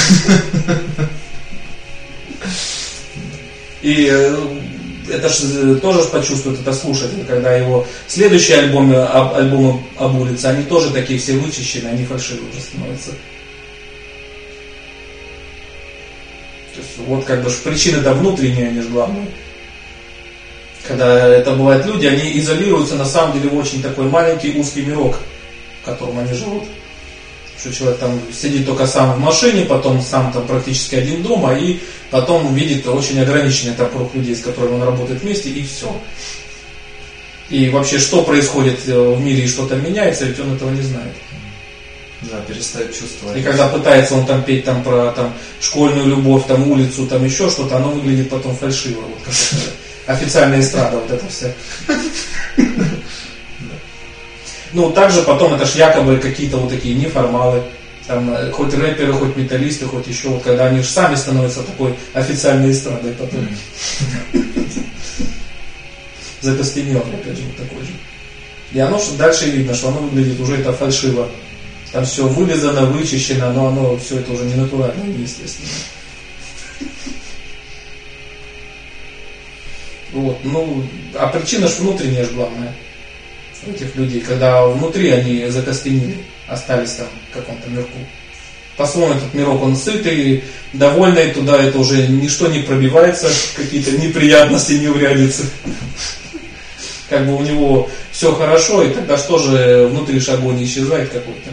И это же тоже почувствует это слушатель, когда его следующие альбомы об улице, они тоже такие все вычищены, они фальшивые уже становятся. То есть, вот как бы причины-то внутренние, они же главные. Когда это бывают люди, они изолируются на самом деле в очень такой маленький узкий мирок, в котором они живут. Что человек там сидит только сам в машине, потом сам там практически один дома, и потом видит очень ограниченный там круг людей, с которыми он работает вместе, и все. И вообще, что происходит в мире и что там меняется, ведь он этого не знает. Да, перестает чувствовать. И когда пытается он там петь там, про там, школьную любовь, там, улицу, там еще что-то, оно выглядит потом фальшиво. Вот, как официальная эстрада, вот это все. Ну, также потом это ж якобы какие-то вот такие неформалы. Там, хоть рэперы, хоть металлисты, хоть еще, вот, когда они же сами становятся такой официальной эстрадой потом. Закостенелый, опять же, вот такой же. И оно что дальше видно, что оно выглядит уже это фальшиво. Там все вылизано, вычищено, но оно все это уже не натурально, неестественно. Вот, ну, а причина же внутренняя же главная у этих людей, когда внутри они закостенели, остались там в каком-то мирку. По-своему этот мирок, он сытый, довольный, туда это уже ничто не пробивается, какие-то неприятности, неурядицы. Как бы у него все хорошо, и тогда что же внутри же огонь исчезает какой-то.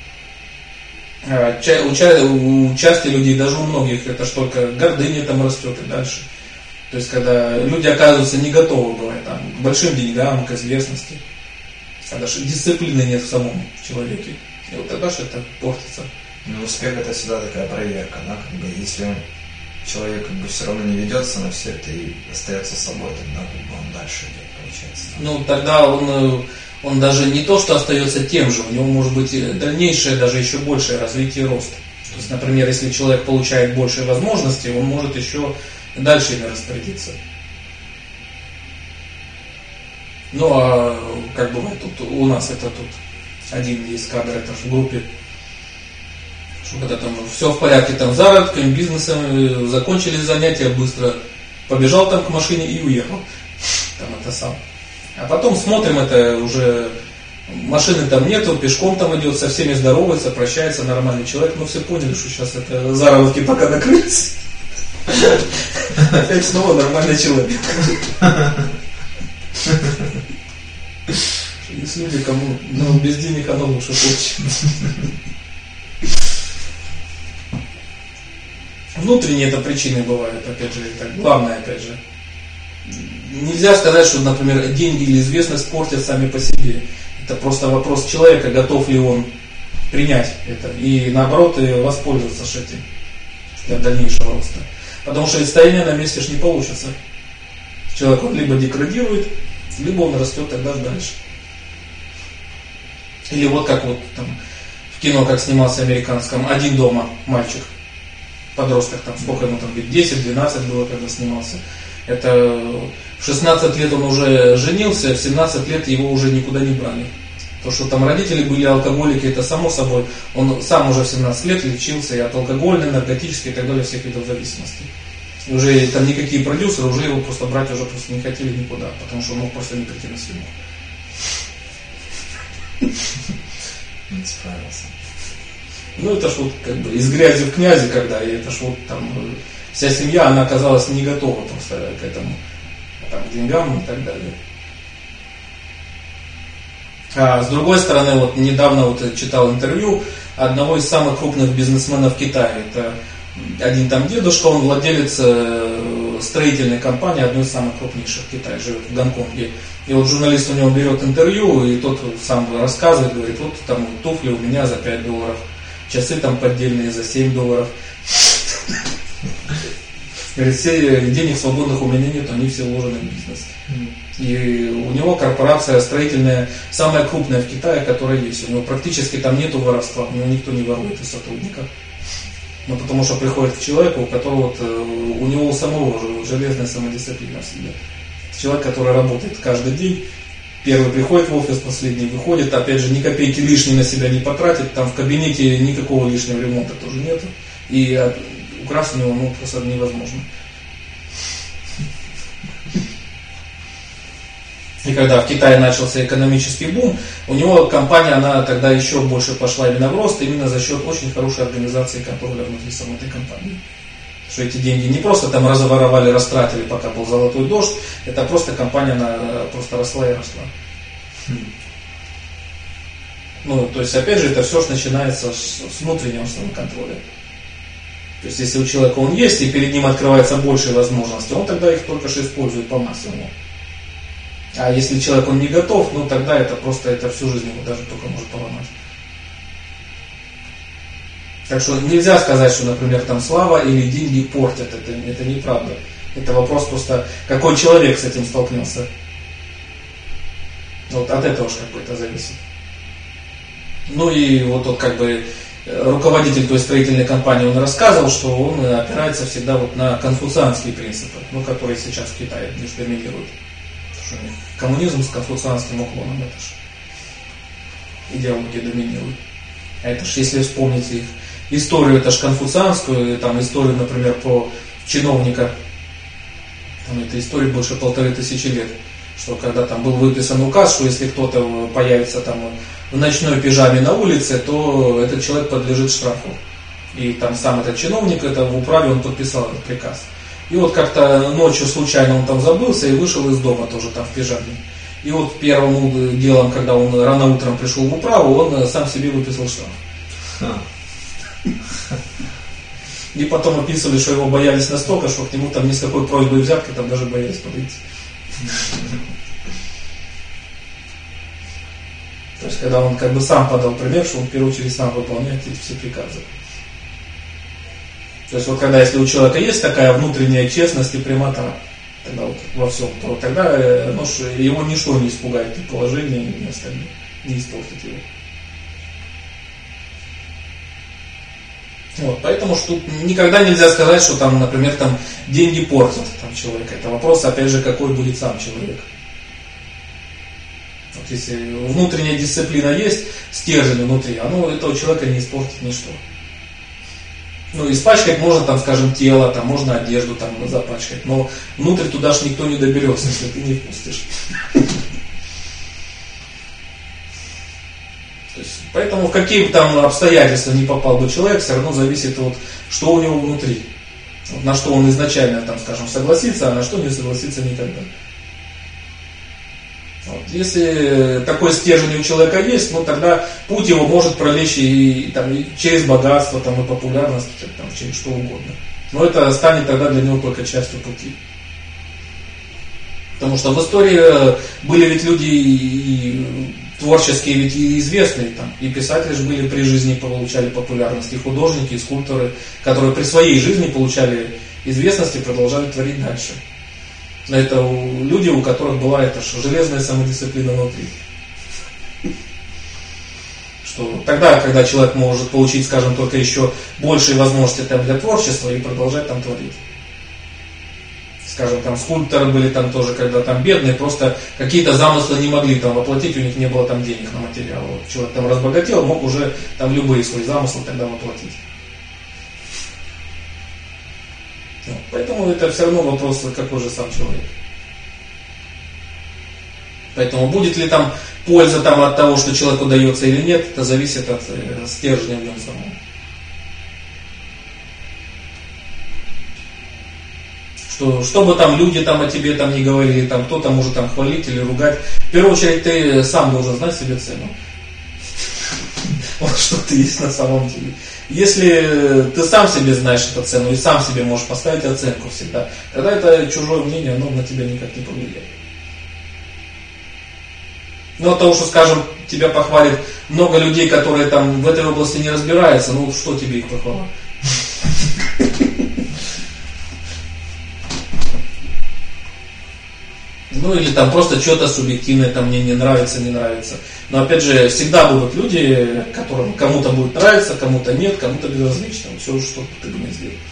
У части людей, даже у многих, это ж только гордыня там растет и дальше. То есть, когда люди оказываются не готовы бывает, там, к большим деньгам, к известности. Когда же дисциплины нет в самом человеке. И вот тогда же это портится. Ну, успех это всегда такая проверка, да, как бы, если человек как бы все равно не ведется на все это и остается собой, тогда как бы он дальше идет, получается. Ну, тогда он даже не то, что остается тем же, у него может быть дальнейшее, даже еще большее развитие и рост. То есть, например, если человек получает больше возможностей, он может еще дальше ими распорядиться. Ну, а как бывает тут у нас, это тут один есть кадр, это же в группе, что когда там все в порядке, там заработками, бизнесом, закончились занятия, быстро побежал там к машине и уехал. Там это сам. А потом смотрим, это уже машины там нету, пешком там идет, со всеми здоровается, прощается, нормальный человек, но все поняли, что сейчас это заработки пока накрылись. Опять снова нормальный человек. Если люди кому, ну, без денег оно лучше получится. Внутренние это причины бывают, опять же, это главное, опять же. Нельзя сказать, что, например, деньги или известность портят сами по себе. Это просто вопрос человека, готов ли он принять это и, наоборот, воспользоваться этим для дальнейшего роста. Потому что стояние на месте ж не получится. Человек он либо деградирует, либо он растет тогда дальше. Или вот как вот там в кино, как снимался американском, «Один дома» мальчик, подросток, там сколько ему там, 10-12 было, когда снимался. Это в 16 лет он уже женился, в 17 лет его уже никуда не брали. То, что там родители были алкоголики, это само собой. Он сам уже в 17 лет лечился и от алкогольной, наркотической и так далее, всех видов зависимости. И уже там никакие продюсеры уже его просто брать уже просто не хотели никуда, потому что он мог просто не прийти на съемку. Не справился. Ну это ж вот как бы из грязи в князи, когда, и это ж вот там вся семья, она оказалась не готова просто к этому, там, к деньгам и так далее. А с другой стороны, вот недавно вот читал интервью одного из самых крупных бизнесменов Китая. Это один там дедушка, он владелец строительной компании, одной из самых крупнейших в Китае, живет в Гонконге. И вот журналист у него берет интервью, и тот сам рассказывает, говорит, вот там туфли у меня за $5, часы там поддельные за $7. Говорит, все денег свободных у меня нет, они все вложены в бизнес. И у него корпорация строительная, самая крупная в Китае, которая есть. У него практически там нету воровства, у него никто не ворует из сотрудников. Ну, потому что приходит к человеку, у которого вот, у него у самого железная самодисциплина в себе. Человек, который работает каждый день, первый приходит в офис, последний выходит, опять же, ни копейки лишней на себя не потратит, там в кабинете никакого лишнего ремонта тоже нету. И украсть у него просто невозможно. И когда в Китае начался экономический бум, у него компания, она тогда еще больше пошла именно в рост, именно за счет очень хорошей организации контроля внутри самой этой компании. Что эти деньги не просто там разворовали, растратили, пока был золотой дождь, это просто компания, она просто росла и росла. Ну, то есть, опять же, это все начинается с внутреннего самоконтроля. То есть, если у человека он есть, и перед ним открывается больше возможностей, он тогда их только что использует по максимуму. А если человек он не готов, ну тогда это просто это всю жизнь его даже только может поломать. Так что нельзя сказать, что, например, там слава или деньги портят. Это неправда. Это вопрос просто, какой человек с этим столкнулся. Вот от этого уж как бы это зависит. Ну и вот тот как бы руководитель той строительной компании, он рассказывал, что он опирается всегда вот на конфуцианские принципы, ну, которые сейчас в Китае лишь доминируют. Потому что у них коммунизм с конфуцианским уклоном, это же идеология доминирует. А это ж, если вспомнить их историю, это ж конфуцианскую, там историю, например, про чиновника, там эта история больше 1500 лет, что когда там был выписан указ, что если кто-то появится там в ночной пижаме на улице, то этот человек подлежит штрафу. И там сам этот чиновник, это в управе он подписал этот приказ. И вот как-то ночью случайно он там забылся и вышел из дома тоже там в пижаме. И вот первым делом, когда он рано утром пришел в управу, он сам себе выписал штраф. И потом описывали, что его боялись настолько, что к нему там ни с какой просьбой взятки там даже боялись подойти. То есть, когда он как бы сам подал пример, что он в первую очередь сам выполняет эти все приказы. То есть, вот когда если у человека есть такая внутренняя честность и прямота, тогда вот во всем, то тогда его ничто не испугает, ни положение, ни остальное, не испортит его. Вот, поэтому что никогда нельзя сказать, что там, например, там деньги портят там, человека. Это вопрос, опять же, какой будет сам человек. Вот если внутренняя дисциплина есть, стержень внутри, оно этого человека не испортит ничто. Ну, испачкать можно, там, скажем, тело, там, можно одежду там, запачкать, но внутрь туда же никто не доберется, если ты не впустишь. Поэтому в какие бы там обстоятельства не попал бы человек, все равно зависит от, что у него внутри. Вот на что он изначально, там, скажем, согласится, а на что не согласится никогда. Вот. Если такой стержень у человека есть, ну тогда путь его может пролечь и через богатство, там, и популярность, там, через что угодно. Но это станет тогда для него только частью пути. Потому что в истории были ведь люди и творческие, ведь и известные, там, и писатели же были при жизни, получали популярность, и художники, и скульпторы, которые при своей жизни получали известность и продолжали творить дальше. Это люди, у которых была эта железная самодисциплина внутри. Что тогда, когда человек может получить, скажем, только еще большие возможности там, для творчества и продолжать там творить. Скажем, там скульпторы были там тоже, когда там бедные, просто какие-то замыслы не могли там воплотить, у них не было там денег на материал. Вот человек там разбогател, мог уже там любые свои замыслы тогда воплотить. Вот. Поэтому это все равно вопрос, какой же сам человек. Поэтому будет ли там польза там, от того, что человеку дается или нет, это зависит от стержня в нем самом. Что бы там люди там о тебе там не говорили, там кто-то может там хвалить или ругать. В первую очередь ты сам должен знать себе цену. Вот что ты есть на самом деле. Если ты сам себе знаешь эту цену и сам себе можешь поставить оценку всегда, тогда это чужое мнение, оно на тебя никак не повлияет. Ну от того, что, скажем, тебя похвалит много людей, которые там в этой области не разбираются, ну что тебе их похвала? Ну или там просто что-то субъективное, там мне не нравится, не нравится. Но опять же, всегда будут люди, которым кому-то будет нравиться, кому-то нет, кому-то безразлично. Все, что ты бы не сделал.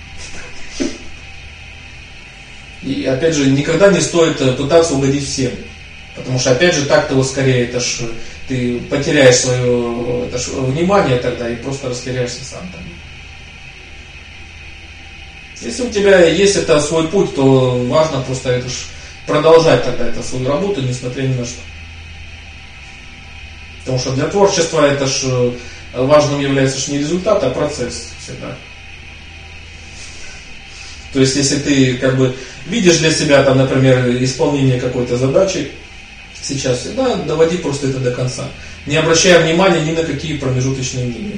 И опять же, никогда не стоит пытаться угодить всем. Потому что опять же, так ты вот скорее, это ж, ты потеряешь свое внимание тогда и просто растеряешься сам там. Если у тебя есть это свой путь, то важно просто это ж продолжать тогда эту свою работу, несмотря ни на что. Потому что для творчества это ж важным является ж не результат, а процесс всегда. То есть, если ты как бы видишь для себя, там, например, исполнение какой-то задачи, сейчас всегда доводи просто это до конца, не обращая внимания ни на какие промежуточные мнения.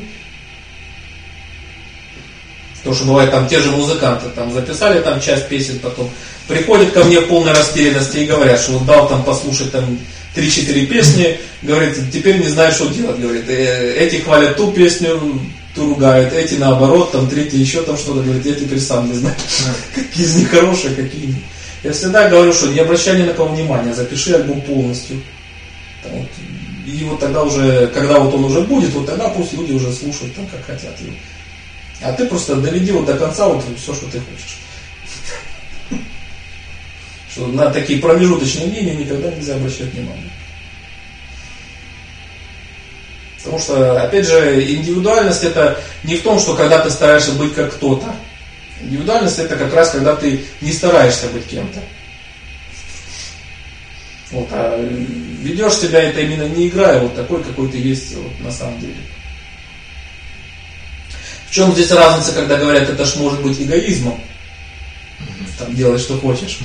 Потому что бывает там те же музыканты там записали там часть песен, потом приходят ко мне в полной растерянности и говорят, что вот дал там послушать там 3-4 песни, говорит, теперь не знаю, что делать, говорит, эти хвалят ту песню, то ругают, эти наоборот, там третий еще там что-то говорит, я теперь сам не знаю, какие из них хорошие, какие нет. Я всегда говорю, что не обращай ни на кого внимания, запиши альбом полностью. Вот. И вот тогда уже, когда вот он уже будет, вот тогда пусть люди уже слушают там, как хотят его. А ты просто доведи вот до конца вот все, что ты хочешь. Что на такие промежуточные линии никогда нельзя обращать внимание. Потому что, опять же, индивидуальность это не в том, что когда ты стараешься быть как кто-то. Индивидуальность это как раз когда ты не стараешься быть кем-то. Вот, а ведешь себя это именно не играя, вот такой, какой ты есть вот, на самом деле. В чем здесь разница, когда говорят, это ж может быть эгоизмом? Там делай, что хочешь.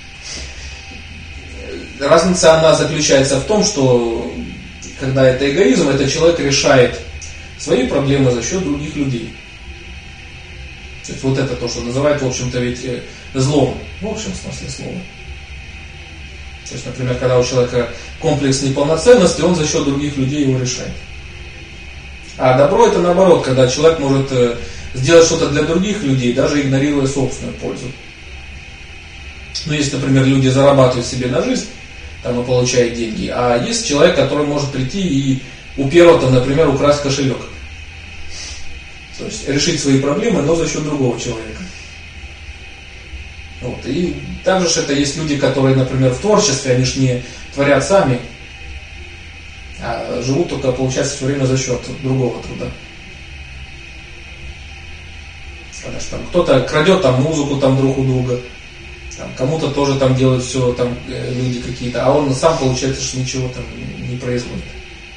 Разница она заключается в том, что когда это эгоизм, это человек решает свои проблемы за счет других людей. То есть вот это то, что называют, в общем-то, ведь злом, в общем смысле слова. То есть, например, когда у человека комплекс неполноценности, он за счет других людей его решает. А добро это наоборот, когда человек может сделать что-то для других людей, даже игнорируя собственную пользу. Ну, есть, например, люди зарабатывают себе на жизнь, там и получают деньги, а есть человек, который может прийти и у первого, там, например, украсть кошелек. То есть решить свои проблемы, но за счет другого человека. Вот. И также же это есть люди, которые, например, в творчестве, они же не творят сами, а живут только, получается, все время за счет другого труда. Когда же там кто-то крадет там музыку там друг у друга, там, кому-то тоже там делают все там люди какие-то, а он сам, получается, что ничего там не производит.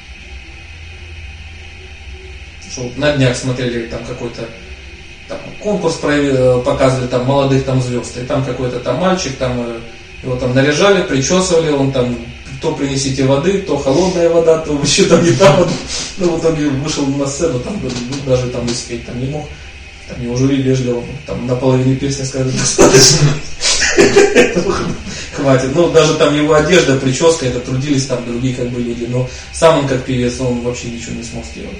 Что на днях смотрели там какой-то там, конкурс показывали там молодых там звезд, и там какой-то там мальчик, там его там наряжали, причесывали, он там то принесите воды, то холодная вода, то еще там не та вода. Ну, в итоге вышел на сцену, там, даже там и спеть там не мог. Там его жюри вежливо, там на половине песни сказали, достаточно. Хватит. Ну, даже там его одежда, прическа, это трудились там другие как бы люди, но сам он как певец, он вообще ничего не смог сделать.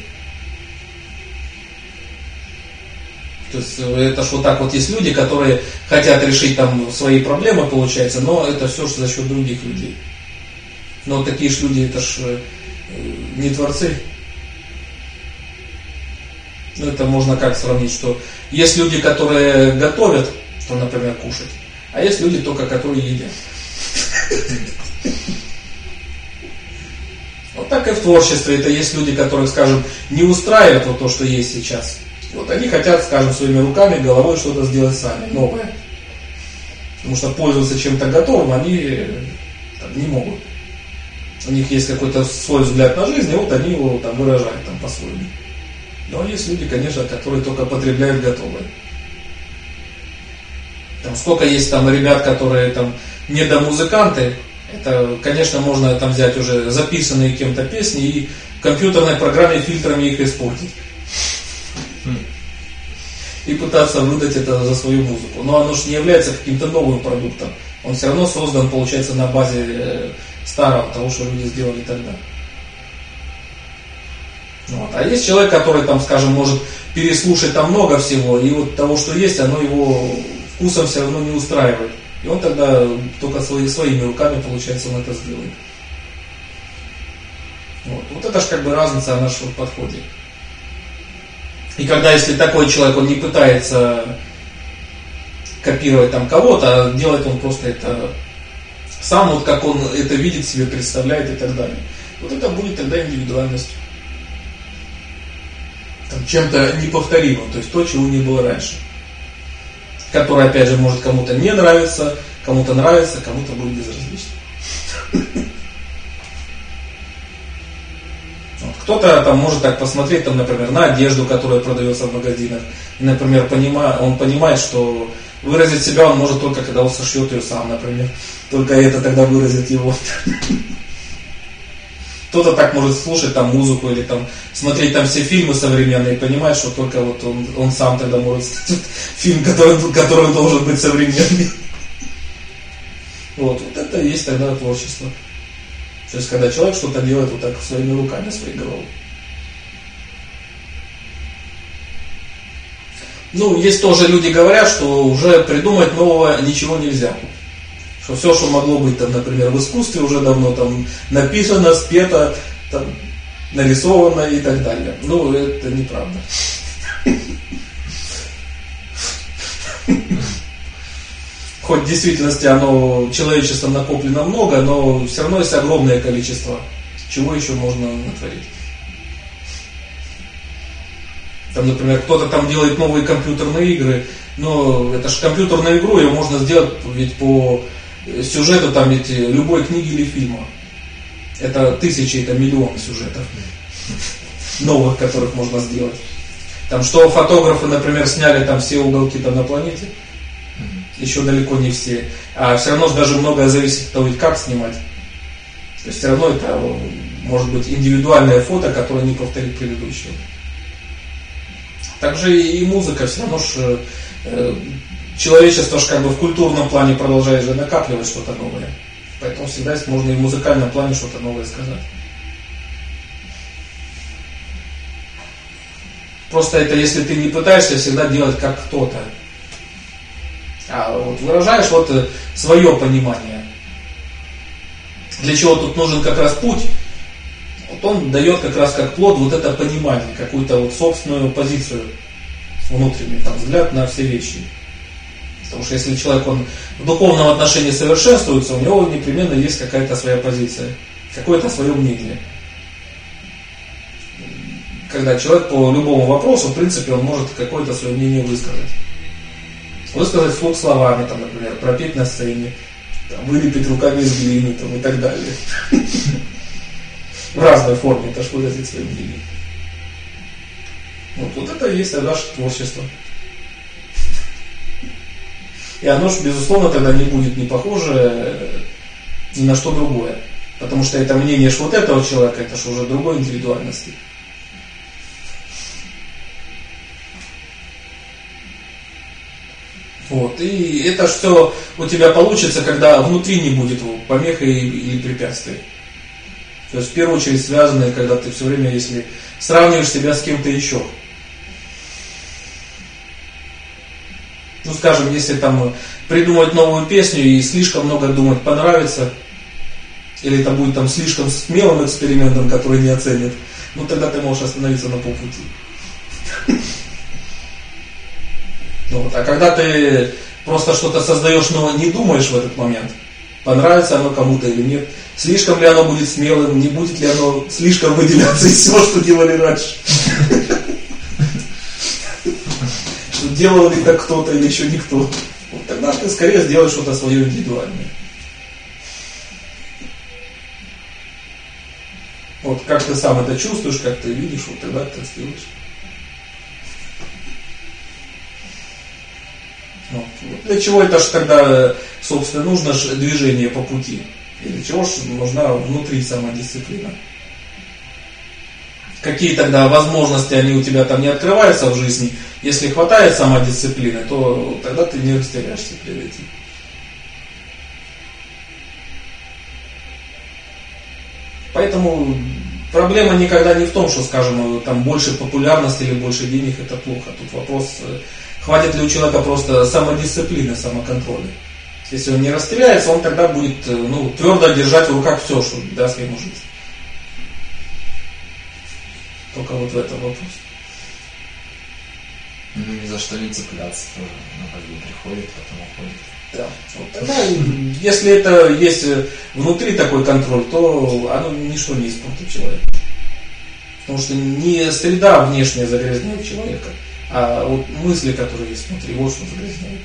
То есть это ж вот так вот есть люди, которые хотят решить там свои проблемы, получается, но это все за счет других людей. Но такие же люди, это ж не творцы. Ну, это можно как сравнить, что есть люди, которые готовят, то, например, кушать, а есть люди только, которые едят. Вот так и в творчестве. Это есть люди, которых, скажем, не устраивает вот то, что есть сейчас. Вот они хотят, скажем, своими руками, головой что-то сделать сами, новое. Потому что пользоваться чем-то готовым они там, не могут. У них есть какой-то свой взгляд на жизнь, и вот они его там выражают там, по-своему. Но есть люди, конечно, которые только потребляют готовое. Там сколько есть там ребят, которые там недомузыканты, это, конечно, можно там взять уже записанные кем-то песни и в компьютерной программе фильтрами их испортить. И пытаться выдать это за свою музыку. Но оно же не является каким-то новым продуктом. Он все равно создан, получается, на базе старого, того, что люди сделали тогда. Вот. А есть человек, который, там, скажем, может переслушать там много всего, и вот того, что есть, оно его вкусом все равно не устраивает. И он тогда только своими руками, получается, он это сделает. Вот это же как бы разница в нашем подходе. И когда, если такой человек, он не пытается копировать там кого-то, а делает он просто это сам, вот как он это видит, себе представляет и так далее. Вот это будет тогда индивидуальностью. Там, чем-то неповторимым, то есть то, чего не было раньше. Которое, опять же, может кому-то не нравиться, кому-то нравится, кому-то будет безразлично. Вот. Кто-то там может так посмотреть, там, например, на одежду, которая продается в магазинах, и, например, он понимает, что выразить себя он может только, когда он сошьет ее сам, например. Только это тогда выразит его. Кто-то так может слушать там музыку или там смотреть там все фильмы современные и понимает, что только вот он сам тогда может снять фильм, который должен быть современный. Вот это и есть тогда творчество. То есть когда человек что-то делает вот так своими руками, своей головой. Ну, есть тоже люди говорят, что уже придумать нового ничего нельзя. Что все, что могло быть, там, например, в искусстве, уже давно там написано, спето, там, нарисовано и так далее. Ну, это неправда. Хоть в действительности оно человечеством накоплено много, но все равно есть огромное количество, чего еще можно натворить. Там, например, кто-то там делает новые компьютерные игры, но это же компьютерную игру, ее можно сделать ведь по сюжету там ведь любой книги или фильма. Это тысячи, это миллионы сюжетов новых, которых можно сделать. Там что фотографы, например, сняли там все уголки там на планете, еще далеко не все. А все равно даже многое зависит от того, как снимать. То есть все равно это может быть индивидуальное фото, которое не повторит предыдущее. Также и музыка, все равно же человечество как бы в культурном плане продолжает же накапливать что-то новое. Поэтому всегда можно и в музыкальном плане что-то новое сказать. Просто это если ты не пытаешься всегда делать как кто-то, а вот выражаешь вот свое понимание. Для чего тут нужен как раз путь? Вот он дает как раз как плод вот это понимание, какую-то вот собственную позицию внутренний, там, взгляд на все вещи. Потому что если человек он в духовном отношении совершенствуется, у него непременно есть какая-то своя позиция, какое-то свое мнение. Когда человек по любому вопросу, в принципе, он может какое-то свое мнение высказать. Высказать вслух словами, там, например, пропеть на сцене, там, вылепить руками из глины там, и так далее. В разной форме это выразить свое мнение. Вот это и есть наше творчество. И оно же, безусловно, тогда не будет не похоже ни на что другое. Потому что это мнение вот этого человека, это же уже другой индивидуальности. Вот. И это все у тебя получится, когда внутри не будет помех или препятствий. То есть в первую очередь связанные, когда ты все время, если сравниваешь себя с кем-то еще. Ну, скажем, если там придумать новую песню и слишком много думать, понравится, или это будет там слишком смелым экспериментом, который не оценят, ну тогда ты можешь остановиться на полпути. Вот. А когда ты просто что-то создаешь, но не думаешь в этот момент, понравится оно кому-то или нет, слишком ли оно будет смелым, не будет ли оно слишком выделяться из всего, что делали раньше. Что делал ли так кто-то или еще никто. Вот тогда ты скорее сделаешь что-то свое индивидуальное. Вот как ты сам это чувствуешь, как ты видишь, вот тогда ты сделаешь. Вот. Для чего это же тогда, собственно, нужно же движение по пути? И для чего же нужна внутри самодисциплина? Какие тогда возможности они у тебя там не открываются в жизни? Если хватает самодисциплины, то тогда ты не растеряешься перед этим. Поэтому проблема никогда не в том, что, скажем, там больше популярности или больше денег это плохо. Тут вопрос, хватит ли у человека просто самодисциплины, самоконтроля. Если он не растеряется, он тогда будет твердо держать в руках все, что даст ему жизнь. Только вот в этом вопрос. Ни за что не цепляться тоже. Как бы приходит, потом уходит. Да. Вот тогда, если это есть внутри такой контроль, то оно ничто не испортит человека. Потому что не среда внешняя загрязняет человека, а вот мысли, которые есть внутри, вот что загрязняет.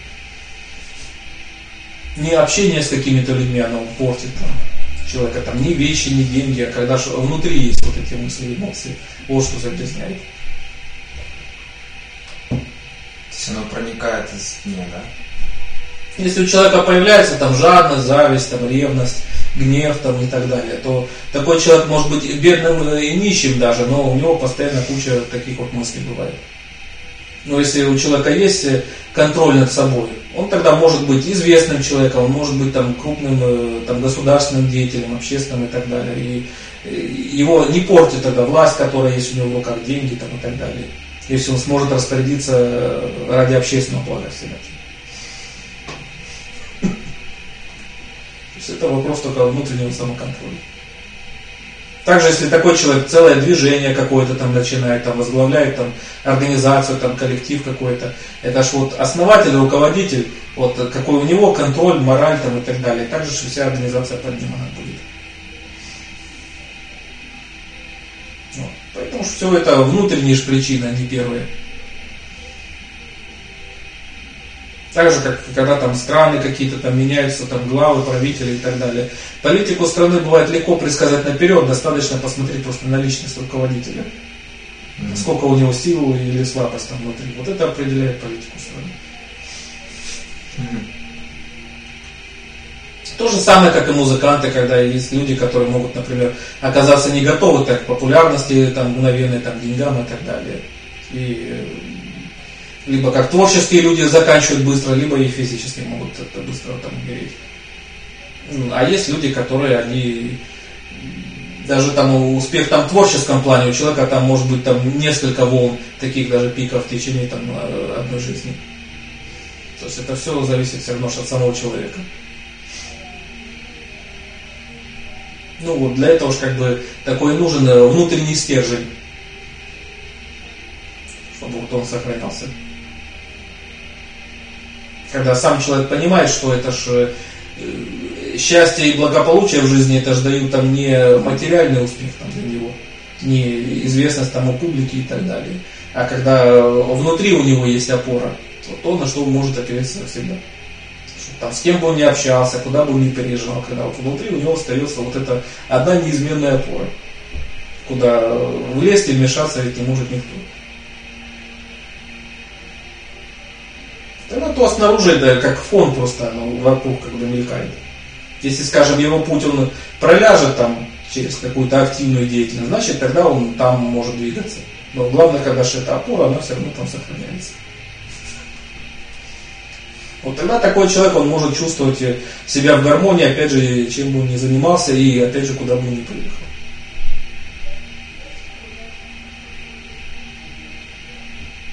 Не общение с какими-то людьми, оно портит человека, там, не вещи, не деньги, а когда внутри есть вот эти мысли, эмоции, вот что загрязняет. То есть оно проникает извне, да? Если у человека появляется там жадность, зависть, там, ревность, гнев там, и так далее, то такой человек может быть бедным и нищим даже, но у него постоянно куча таких вот мыслей бывает. Но если у человека есть контроль над собой, он тогда может быть известным человеком, он может быть там, крупным там, государственным деятелем, общественным и так далее. И его не портит тогда власть, которая есть у него в руках, деньги там, и так далее. если он сможет распорядиться ради общественного блага всегда. То есть это вопрос только внутреннего самоконтроля. Также, если такой человек целое движение какое-то там начинает, там, возглавляет там, организацию, там, коллектив какой-то, это ж вот основатель, руководитель, вот какой у него контроль, мораль там, и так далее. Также вся организация под ним она будет. Вот. Поэтому все это внутренние же причины, а не первые. Так же, как когда там страны какие-то там меняются, там главы, правители и так далее. Политику страны бывает легко предсказать наперед, достаточно посмотреть просто на личность руководителя. Сколько у него сил или слабость там внутри. Вот это определяет политику страны. То же самое, как и музыканты, когда есть люди, которые могут, например, оказаться не готовы так, к популярности, там, мгновенной там, деньгам и так далее. И либо как творческие люди заканчивают быстро, либо и физически могут это быстро там умереть. А есть люди, которые, они даже там успех там, в творческом плане у человека там может быть там несколько волн, таких даже пиков в течение там, одной жизни. То есть это все зависит все равно от самого человека. Ну вот для этого же как бы такой нужен внутренний стержень, чтобы вот он сохранялся. Когда сам человек понимает, что это же счастье и благополучие в жизни, это же дают там не материальный успех там, для него, не известность там у публики и так далее. А когда внутри у него есть опора, то то, на что он может опереться всегда. Там, с кем бы он ни общался, куда бы он ни переезжал, когда вот внутри у него остается вот эта одна неизменная опора, куда влезть и вмешаться ведь не может никто. Тогда то снаружи это как фон просто, оно вокруг как бы мелькает. Если, скажем, его путь он проляжет там через какую-то активную деятельность, значит тогда он там может двигаться. Но главное, когда же эта опора, она все равно там сохраняется. Вот тогда такой человек, он может чувствовать себя в гармонии, опять же, чем бы он ни занимался и опять же, куда бы он ни приехал.